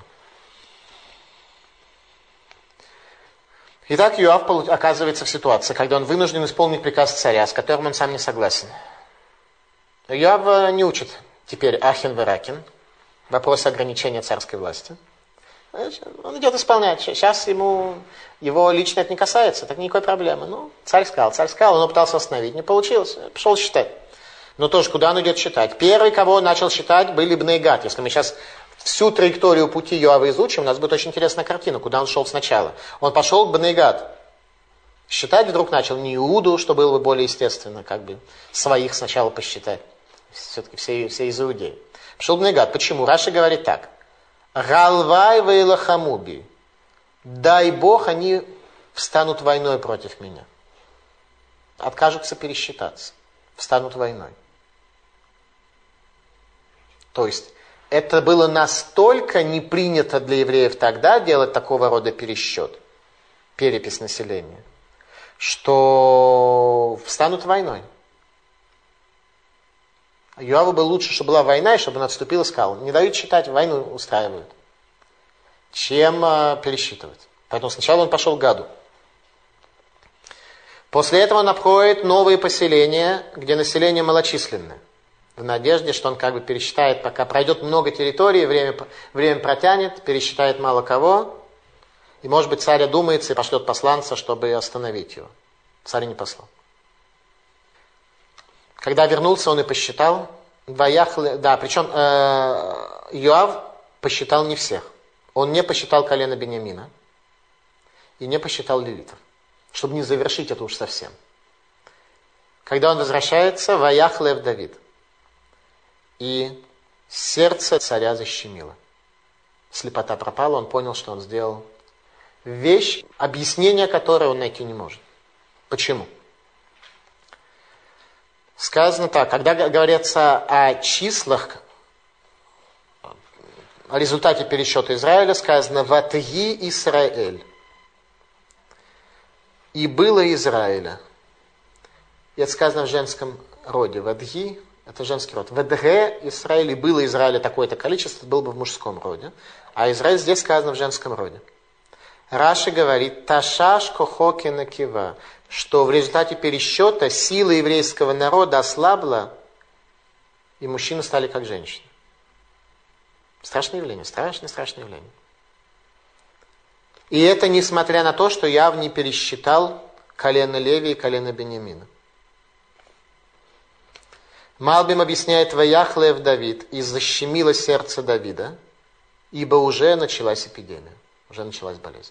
Итак, Иоав оказывается в ситуации, когда он вынужден исполнить приказ царя, с которым он сам не согласен. Иоав не учит теперь Ахин Веракин, вопрос ограничения царской власти. Он идет исполнять. Сейчас ему, его лично это не касается, так никакой проблемы. Ну, царь сказал, царь сказал, он пытался остановить, не получилось, пошел считать. Но тоже, куда он идет считать? Первый, кого он начал считать, были Бней Гад. Если мы сейчас всю траекторию пути Иоава изучим, у нас будет очень интересная картина, куда он шел сначала. Он пошел к Бней Гад. Считать вдруг начал не Иуду, что было бы более естественно, как бы своих сначала посчитать. Все-таки все, все из Иудеи. Пошел к Бней Гад. Почему? Раши говорит так. Галвай вейлахамуби. Дай Бог, они встанут войной против меня. Откажутся пересчитаться. Встанут войной. То есть, это было настолько не принято для евреев тогда делать такого рода пересчет, перепись населения, что встанут войной. Иоаву было лучше, чтобы была война, и чтобы он отступил и сказал, не дают считать, войну устраивают, чем э, пересчитывать. Поэтому сначала он пошел к Гаду. После этого он обходит новые поселения, где население малочисленное, в надежде, что он как бы пересчитает, пока пройдет много территорий, время, время протянет, пересчитает мало кого, и, может быть, царь одумается и пошлет посланца, чтобы остановить его. Царь не послал. Когда вернулся, он и посчитал. Двоях, да, причем э, Иоав посчитал не всех. Он не посчитал колено Беньямина и не посчитал левитов, чтобы не завершить это уж совсем. Когда он возвращается, Ваях лев Давид. И сердце царя защемило. Слепота пропала, он понял, что он сделал вещь, объяснение которой он найти не может. Почему? Сказано так, когда говорится о числах, о результате пересчета Израиля, сказано «Ватги Исраэль». И было Израиля. И это сказано в женском роде. «Ватги» — это женский род. «Ватге Исраэль» и было Израиля такое-то количество, это было бы в мужском роде. А Израиль здесь сказано в женском роде. Раши говорит «Ташаш кохоки накива», что в результате пересчета сила еврейского народа ослабла, и мужчины стали как женщины. Страшное явление, страшное, страшное явление. И это несмотря на то, что Иоав не пересчитал колено Леви и колено Беньямина. Малбим объясняет «Ваях лев Давид», и защемило сердце Давида, ибо уже началась эпидемия, уже началась болезнь.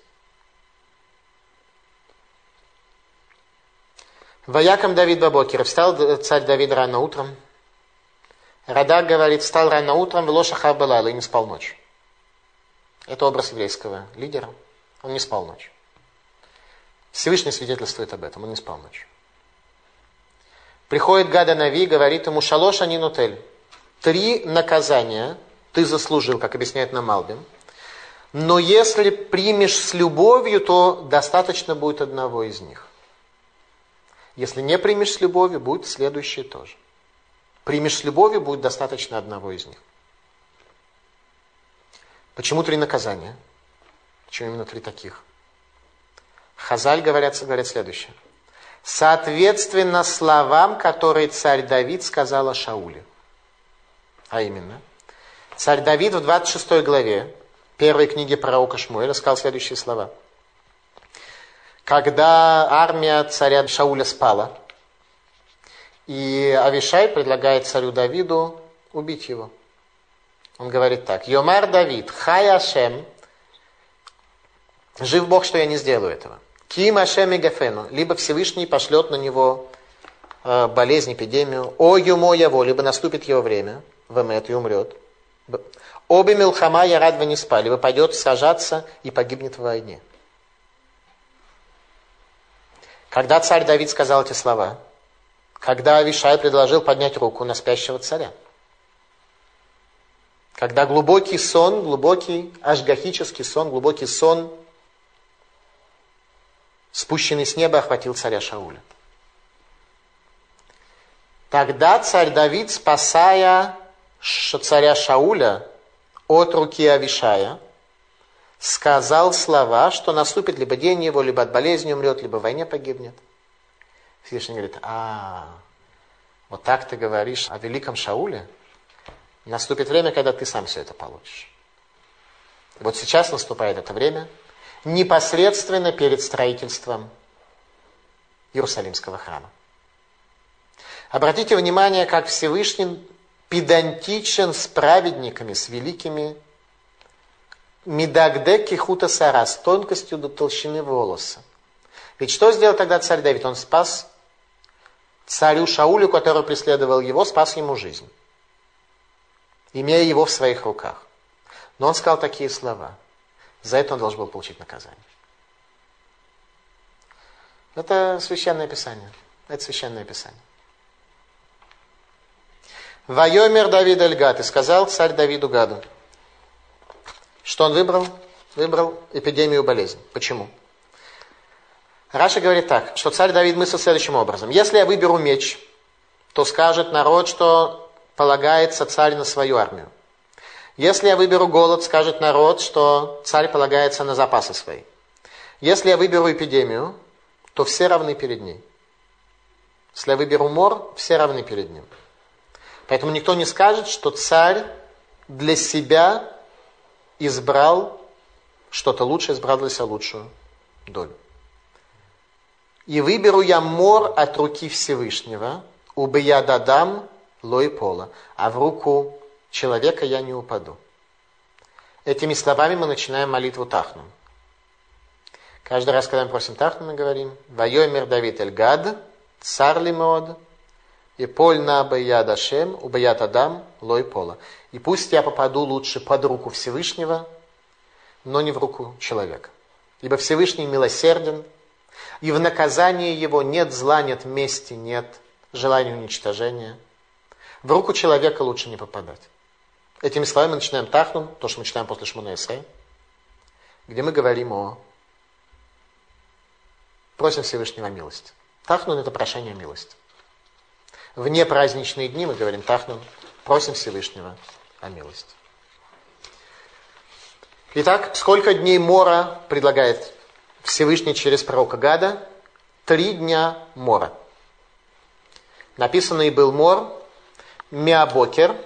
Ваякам Давид бабокер. Встал царь Давид рано утром. Радак говорит, встал рано утром, велошахав балайла, и не спал ночью. Это образ еврейского лидера. Он не спал ночью. Всевышний свидетельствует об этом, он не спал ночью. Приходит Гада Нави, говорит ему, шалош ани нутель. Три наказания ты заслужил, как объясняет нам Малбим. Но если примешь с любовью, то достаточно будет одного из них. Если не примешь с любовью, будет следующее тоже. Примешь с любовью, будет достаточно одного из них. Почему три наказания? Почему именно три таких? Хазаль говорят, говорят следующее. Соответственно словам, которые царь Давид сказал о Шауле. А именно, царь Давид в двадцать шестой главе первой книги пророка Шмуэля сказал следующие слова. Когда армия царя Шауля спала, и Авишай предлагает царю Давиду убить его. Он говорит так. Йомар Давид, хай Ашем, жив Бог, что я не сделаю этого. Ким Ашем и Гафену, либо Всевышний пошлет на него э, болезнь, эпидемию. О юмо яво, либо наступит его время, вемет и умрет. Обе милхама ярад венеспа, либо пойдет сражаться и погибнет в войне. Когда царь Давид сказал эти слова, когда Авишай предложил поднять руку на спящего царя, когда глубокий сон, глубокий ашгахический сон, глубокий сон, спущенный с неба, охватил царя Шауля. Тогда царь Давид, спасая царя Шауля от руки Авишая, сказал слова, что наступит либо день его, либо от болезни умрет, либо в войне погибнет. Всевышний говорит, а, вот так ты говоришь о великом Шауле? Наступит время, когда ты сам все это получишь. Вот сейчас наступает это время, непосредственно перед строительством Иерусалимского храма. Обратите внимание, как Всевышний педантичен с праведниками, с великими, Мидагдек кихута сара, с тонкостью до толщины волоса. Ведь что сделал тогда царь Давид? Он спас царю Шаулю, который преследовал его, спас ему жизнь, имея его в своих руках. Но он сказал такие слова. За это он должен был получить наказание. Это священное писание. Это священное писание. Вайомер Давид эль-Гад, и сказал царь Давиду Гаду. Что он выбрал? Выбрал эпидемию болезни. Почему? Раша говорит так, что царь Давид мыслил следующим образом. Если я выберу меч, то скажет народ, что полагается царь на свою армию. Если я выберу голод, скажет народ, что царь полагается на запасы свои. Если я выберу эпидемию, то все равны перед ней. Если я выберу мор, все равны перед ним. Поэтому никто не скажет, что царь для себя избрал что-то лучшее, избрал для себя лучшую долю. И выберу я мор от руки Всевышнего, убия дадам лой пола, а в руку человека я не упаду. Этими словами мы начинаем молитву Тахнун. Каждый раз, когда мы просим Тахнун, мы говорим «Вайомер Давид эль-Гад, цар лимод, и поль на бияд Ашем, убият Адам, лой пола». И пусть я попаду лучше под руку Всевышнего, но не в руку человека. Ибо Всевышний милосерден, и в наказании его нет зла, нет мести, нет желания уничтожения. В руку человека лучше не попадать. Этими словами мы начинаем Тахнун, то, что мы читаем после Шмона Эсрей, где мы говорим о... Просим Всевышнего милости. Тахнун – это прошение милости. В непраздничные дни мы говорим Тахнун, просим Всевышнего о милости. Итак, сколько дней мора предлагает Всевышний через пророка Гада? Три дня мора. Написано и был мор миабокер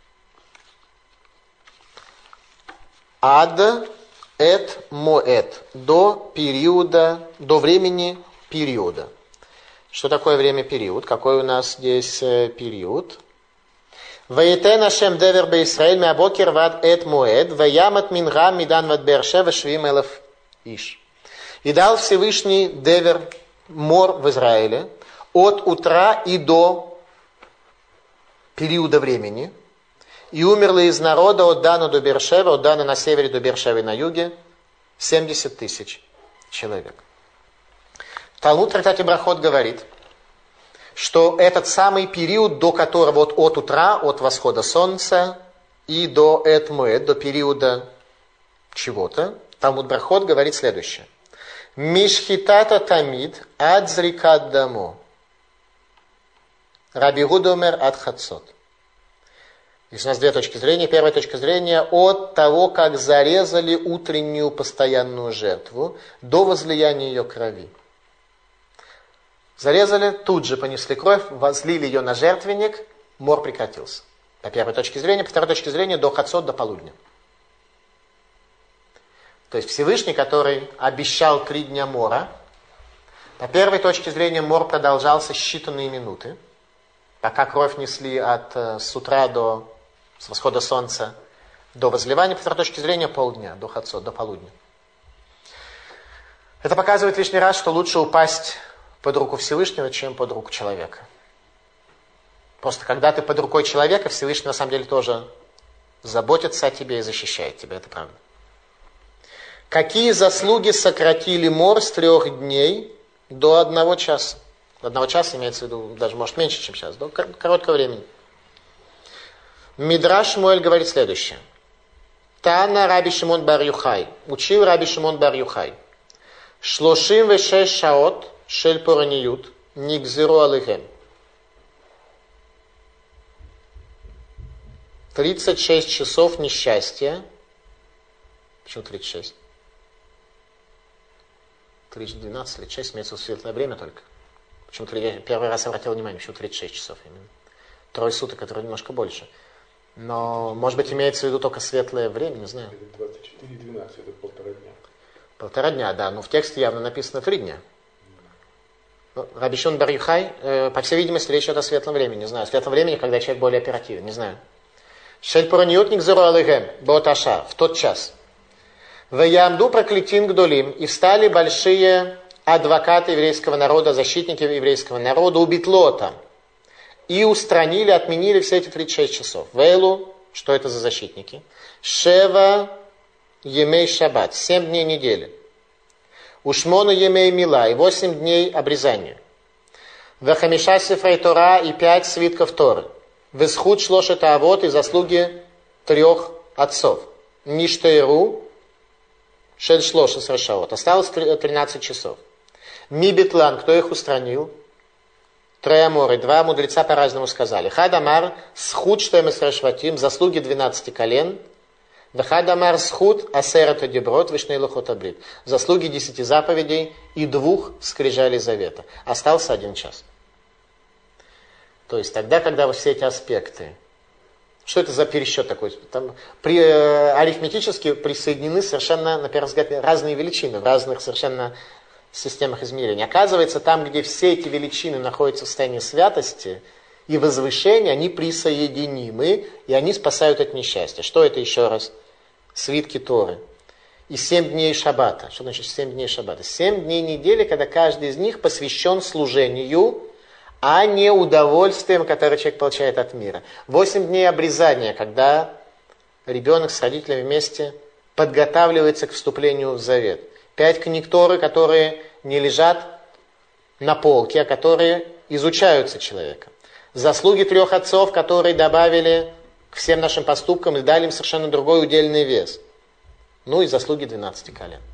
ад эт моэт, до периода, до времени периода. Что такое время период? Какой у нас здесь период? Ваетен Ашем девер беисраэль миабокер вад эт моэд, ваямат минга мидан вад бершева швим элев иш. И дал Всевышний девер, мор в Израиле, от утра и до периода времени, и умерло из народа от Дана до Бершева, от Дана на севере до Бершевы на юге, семьдесят тысяч человек. Талмуд в трактате Брахот говорит, что этот самый период, до которого вот от утра, от восхода солнца и до Эт-Моэд, до периода чего-то, Талмуд Брахот говорит следующее. Мишхитата тамид ад зрикат дамо. Раби Гуда омер ад хацот. Здесь у нас две точки зрения. Первая точка зрения от того, как зарезали утреннюю постоянную жертву до возлияния ее крови. Зарезали, тут же понесли кровь, возлили ее на жертвенник, мор прекратился. По первой точке зрения. По второй точке зрения до хацот, до полудня. То есть Всевышний, который обещал три дня мора, по первой точке зрения мор продолжался считанные минуты, пока кровь несли от с утра до с восхода солнца до возливания, по второй точке зрения полдня, до хацот, до полудня. Это показывает лишний раз, что лучше упасть под руку Всевышнего, чем под руку человека. Просто когда ты под рукой человека, Всевышний на самом деле тоже заботится о тебе и защищает тебя, это правда. Какие заслуги сократили мор с трех дней до одного часа? До одного часа имеется в виду, даже может меньше, чем час, до короткого времени. Мидраш Шмуэль говорит следующее. Тана Раби Шимон бар Юхай. Учил Раби Шимон бар Юхай. Шлошим вешеш шаот шель пораниют нигзиру алыхем. тридцать шесть часов несчастья. Почему тридцать шесть? тридцать двенадцать, тридцать шесть, имеется в виду светлое время только. Почему-то я первый раз обратил внимание, почему тридцать шесть часов именно. Трое суток, которые немножко больше. Но, может быть, имеется в виду только светлое время, не знаю. Это двадцать четыре двенадцать, это полтора дня. Полтора дня, да, но в тексте явно написано три дня. Ну, Раби Шимон бар Юхай, э, по всей видимости, речь идет о светлом времени, не знаю. Светлом времени, когда человек более оперативен, не знаю. Шель пораниют нигзиру алыхем, боташа, в тот час. Ваямду проклятин гдолим, и встали большие адвокаты еврейского народа, защитники еврейского народа, убитлота. И устранили, отменили все эти тридцать шесть часов. Вейлу, что это за защитники? Шева емей шаббат, семь дней недели. Ушмону емей мила, и восемь дней обрезания. Вахамиша сифрей Тора, и пять свитков Торы. Весхуд шлошет авот, и заслуги трех отцов. Ништейру, шель шлошет срашаот. Осталось тринадцать часов. Мибитлан, кто их устранил? Трояморы, два мудреца по-разному сказали. Хадамар схуд штоем срашватим, заслуги двенадцати колен. Вахадамар схуд асерата деброд вишней лохот абрит, заслуги десяти заповедей и двух скрижалей завета. Остался один час. То есть тогда, когда вот все эти аспекты, что это за пересчет такой? Там при, э, арифметически присоединены совершенно, на первый взгляд, разные величины в разных совершенно системах измерения. Оказывается, там, где все эти величины находятся в состоянии святости и возвышения, они присоединимы, и они спасают от несчастья. Что это еще раз? Свитки Торы. И семь дней шаббата. Что значит семь дней шаббата? Семь дней недели, когда каждый из них посвящен служению, а не удовольствием, которое человек получает от мира. Восемь дней обрезания, когда ребенок с родителями вместе подготавливается к вступлению в завет. Пять книг Торы, которые не лежат на полке, а которые изучаются человеком. Заслуги трех отцов, которые добавили к всем нашим поступкам и дали им совершенно другой удельный вес. Ну и заслуги двенадцати колен.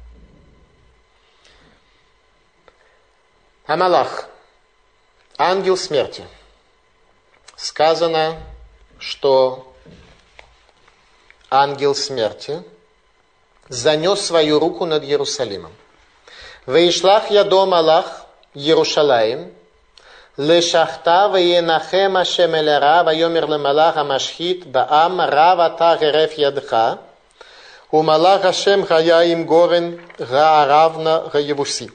Амалах. Ангел смерти. Сказано, что ангел смерти занес свою руку над Иерусалимом. Вейшлах ядо малах Иерушалаим, лешахта веенахем ашем элера, вайомер лемалах амашхит, баам рава та гереф ядха, умалах ашем хая им горен гааравна гаевуси.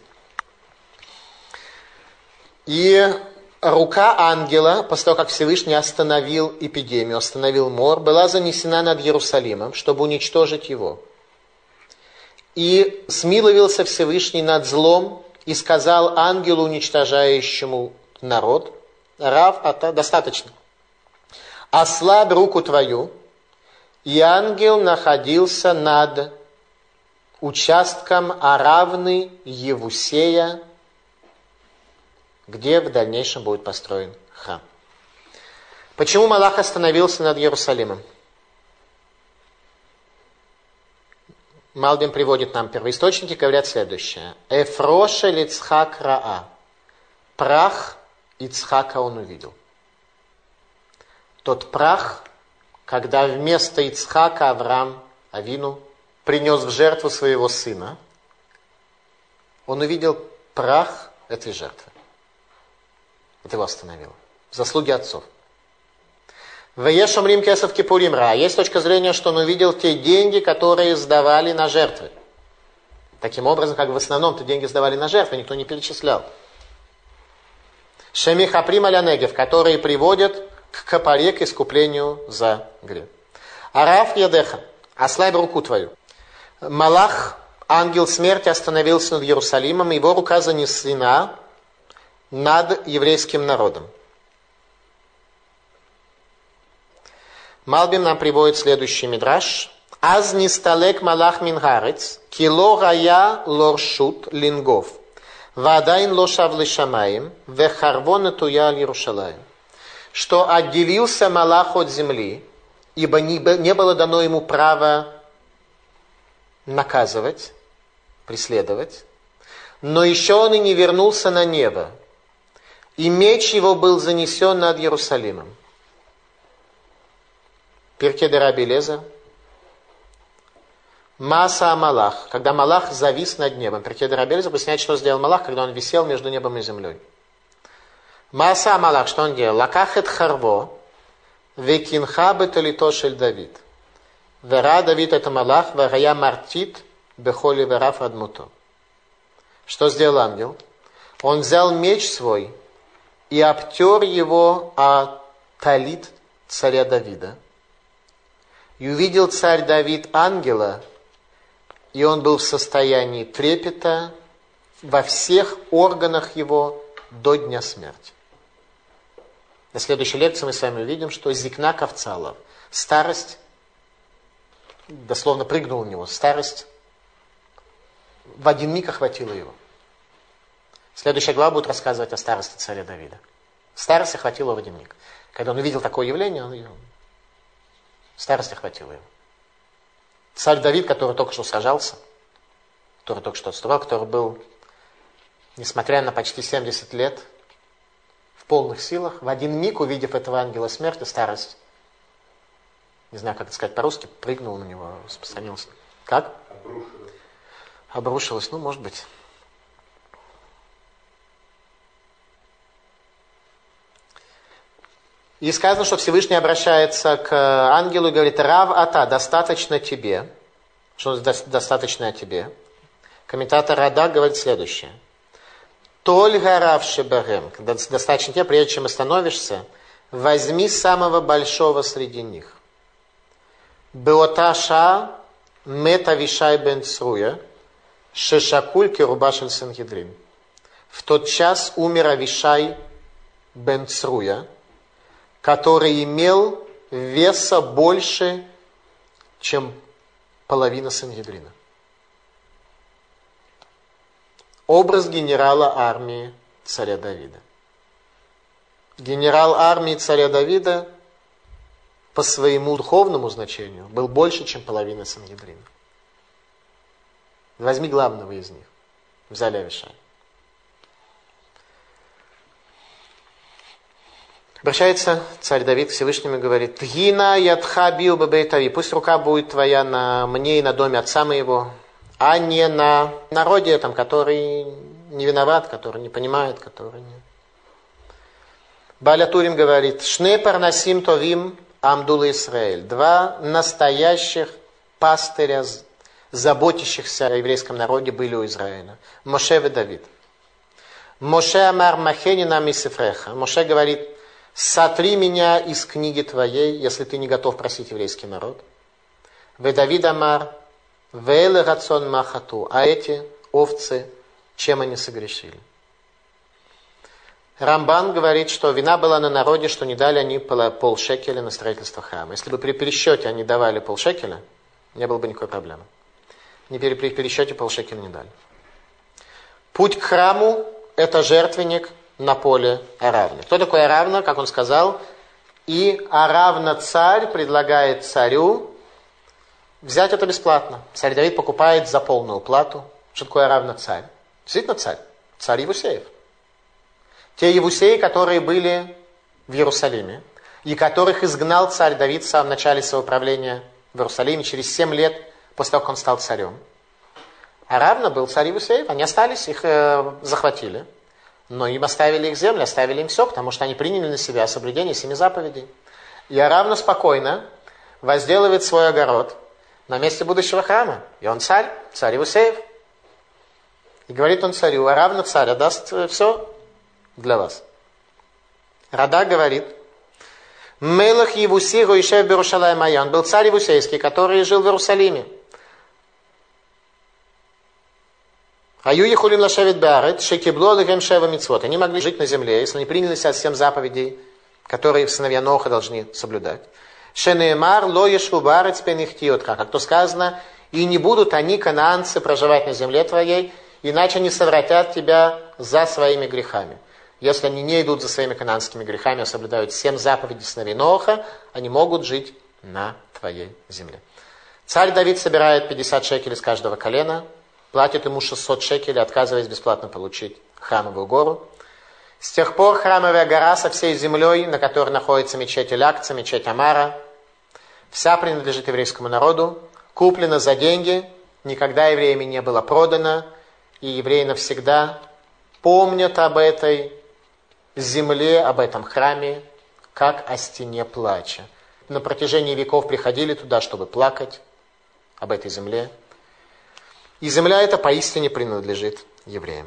И рука ангела, после того, как Всевышний остановил эпидемию, остановил мор, была занесена над Иерусалимом, чтобы уничтожить его. И смиловился Всевышний над злом и сказал ангелу, уничтожающему народ: Рав, ата, достаточно. Ослабь руку твою. И ангел находился над участком Аравны Евусея, где в дальнейшем будет построен храм. Почему Малах остановился над Иерусалимом? Малбим приводит нам первоисточники, говорят следующее. Эфроша лицхак раа. Прах Ицхака он увидел. Тот прах, когда вместо Ицхака Авраам Авину принес в жертву своего сына, он увидел прах этой жертвы. Это его остановило. Заслуги отцов. Ваеш омрим кесов кипурим ра. Есть точка зрения, что он увидел те деньги, которые сдавали на жертвы. Таким образом, как в основном-то деньги сдавали на жертвы, никто не перечислял. Шеми хаприм аля негев, которые приводят к капаре, к искуплению за грех. Араф ядеха, ослабь руку твою. Малах, ангел смерти, остановился над Иерусалимом, его рука занесена над еврейским народом. Малбим нам приводит следующий мидраш. Аз нисталек малах мингарец, кило рая лоршут лингов, вадайн лошав лишамаим, вехарвон туя аль Иерушалаим. Что отделился малах от земли, ибо не было дано ему права наказывать, преследовать, но еще он и не вернулся на небо, и меч его был занесен над Иерусалимом. Пиркей де Раби Элиэзер. Маса Малах, когда Малах завис над небом. Пиркей де Раби Элиэзер объясняет, что сделал Малах, когда он висел между небом и землей. Маса Малах, что он делал? Лакахет харво, векинха беталито шель Давид. Вера Давид это Малах, варая мартит бехоли вераф адмуто. Что сделал ангел? Он взял меч свой и обтер его о талит царя Давида. И увидел царь Давид ангела, и он был в состоянии трепета во всех органах его до дня смерти. На следующей лекции мы с вами увидим, что зикна кавцалов, старость, дословно прыгнула в него, старость в один миг охватила его. Следующая глава будет рассказывать о старости царя Давида. Старость охватила в один миг. Когда он увидел такое явление, он старость охватила его. Царь Давид, который только что сражался, который только что отступал, который был, несмотря на почти семьдесят лет, в полных силах, в один миг, увидев этого ангела смерти, старость, не знаю, как это сказать по-русски, прыгнул на него, распространился. Как? Обрушилось. Обрушилось, ну, может быть. И сказано, что Всевышний обращается к ангелу и говорит: Рав ата, достаточно тебе. Что достаточно тебе? Комментатор Рада говорит следующее. Толь гарав шебарем, когда достаточно тебе, прежде чем остановишься, возьми самого большого среди них. Беоташа мета вишай бен Цруя, шешакуль керубашель Сангедрин. В тот час умер Авишай бен Цруя, который имел веса больше, чем половина Сангедрина. Образ генерала армии царя Давида. Генерал армии царя Давида по своему духовному значению был больше, чем половина Сангедрина. Возьми главного из них. Взяли Авишая. Обращается царь Давид к Всевышнему и говорит: «Тгина ядха биу бебейтави». Пусть рука будет твоя на мне и на доме отца моего, а не на народе этом, который не виноват, который не понимает, который не... Бааля Турим говорит: «Шне парнасим товим амдула Исраэль». Два настоящих пастыря, заботящихся о еврейском народе, были у Израиля. Моше и Давид. Моше амар махени нам исифреха. Моше говорит: «Сотри меня из книги твоей, если ты не готов просить еврейский народ». Ве Давид амар веэле рацион махату. А эти овцы, чем они согрешили? Рамбан говорит, что вина была на народе, что не дали они полшекеля на строительство храма. Если бы при пересчете они давали полшекеля, не было бы никакой проблемы. Не при пересчете полшекеля не дали. Путь к храму – это жертвенник на поле Аравны. Кто такой Аравна? Как он сказал, и Аравна царь предлагает царю взять это бесплатно. Царь Давид покупает за полную плату. Что такое Аравна царь? Действительно царь. Царь Евусеев. Те Евусеи, которые были в Иерусалиме. и которых изгнал царь Давид в самом начале своего правления в Иерусалиме, через семь лет после того, как он стал царем. А равно был царь Иусеев, они остались, их э, захватили, но им оставили их земли, оставили им все, потому что они приняли на себя соблюдение семи заповедей. И Аравна спокойно возделывает свой огород на месте будущего храма. И он царь, царь Иусеев. И говорит он царю: Аравна царь отдаст все для вас. Рада говорит: Мелах Евуси Гоишев Берушалай Майя. Он был царь Евусейский, который жил в Иерусалиме. Аю Ехулим Лашевит Барет, Шекибло Лехем Шева Мицвот. Они могли жить на земле, если они приняли себя семь заповедей, которые сыновья Ноха должны соблюдать. Шенеемар Ло Ешву Барет Спенихтиот. Как то сказано: и не будут они, канаанцы, проживать на земле твоей, иначе они совратят тебя за своими грехами. Если они не идут за своими кананскими грехами, а соблюдают семь заповедей сыновей Ноха, они могут жить на твоей земле. Царь Давид собирает пятьдесят шекелей с каждого колена, платит ему шестьсот шекелей, отказываясь бесплатно получить храмовую гору. С тех пор храмовая гора со всей землей, на которой находится мечеть Илякца, мечеть Амара, вся принадлежит еврейскому народу, куплена за деньги, никогда евреями не была продана, и евреи навсегда помнят об этой земле, об этом храме, как о стене плача. На протяжении веков приходили туда, чтобы плакать об этой земле. И земля эта поистине принадлежит евреям.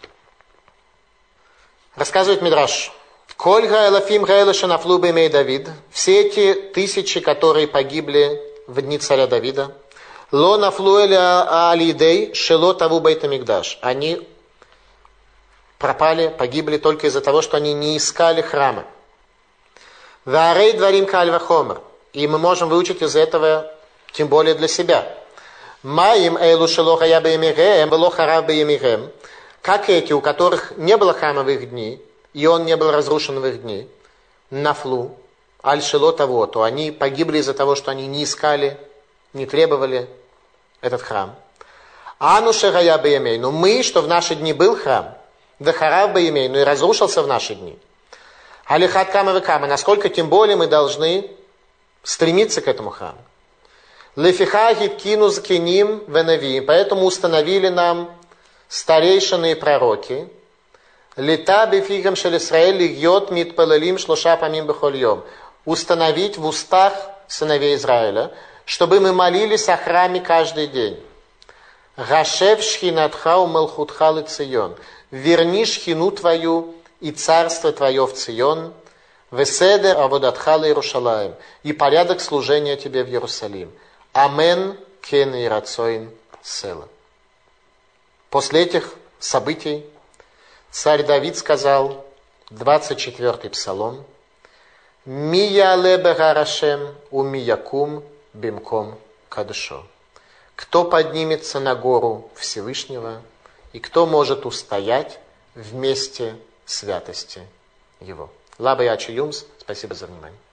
Рассказывает Мидраш: Коль гаэлафим гаэлаша нафлу бэмэй Давид, все эти тысячи, которые погибли в дни царя Давида, ло нафлу эля алидей шело таву бейта микдаш, они пропали, погибли только из-за того, что они не искали храма. Ваарей дворим каль вахомер, и мы можем выучить из этого, тем более для себя. Маим эйлу шело хая бээмигэм, было харав бээмигэм, как эти, у которых не было храма в их дни, и он не был разрушен в их дни, нафлу, аль шело того, то они погибли из-за того, что они не искали, не требовали этот храм. Ану шерая бээмей, но мы, что в наши дни был храм, да харав бээмей, но и разрушился в наши дни. Алихат кама векама, насколько тем более мы должны стремиться к этому храму. Лефиха гиткину закиним венавиим, поэтому установили нам старейшины и пророки. Лита бифигам шелисраэль льет митпалалим шлоша памим бехольем. Установить в устах сыновей Израиля, чтобы мы молились о храме каждый день. Гашев шхинатха у малхутха лицион. Верни шхину твою и царство твое в Цион. Веседер аводатха лиерушалаим. И порядок служения тебе в Иерусалим. Амен кен и рацоин села. После этих событий царь Давид сказал, двадцать четвёртый псалом: «Мия лебе гарашем у миякум бимком кадшо». Кто поднимется на гору Всевышнего, и кто может устоять в месте святости его. Лаба Ячи Юмс, спасибо за внимание.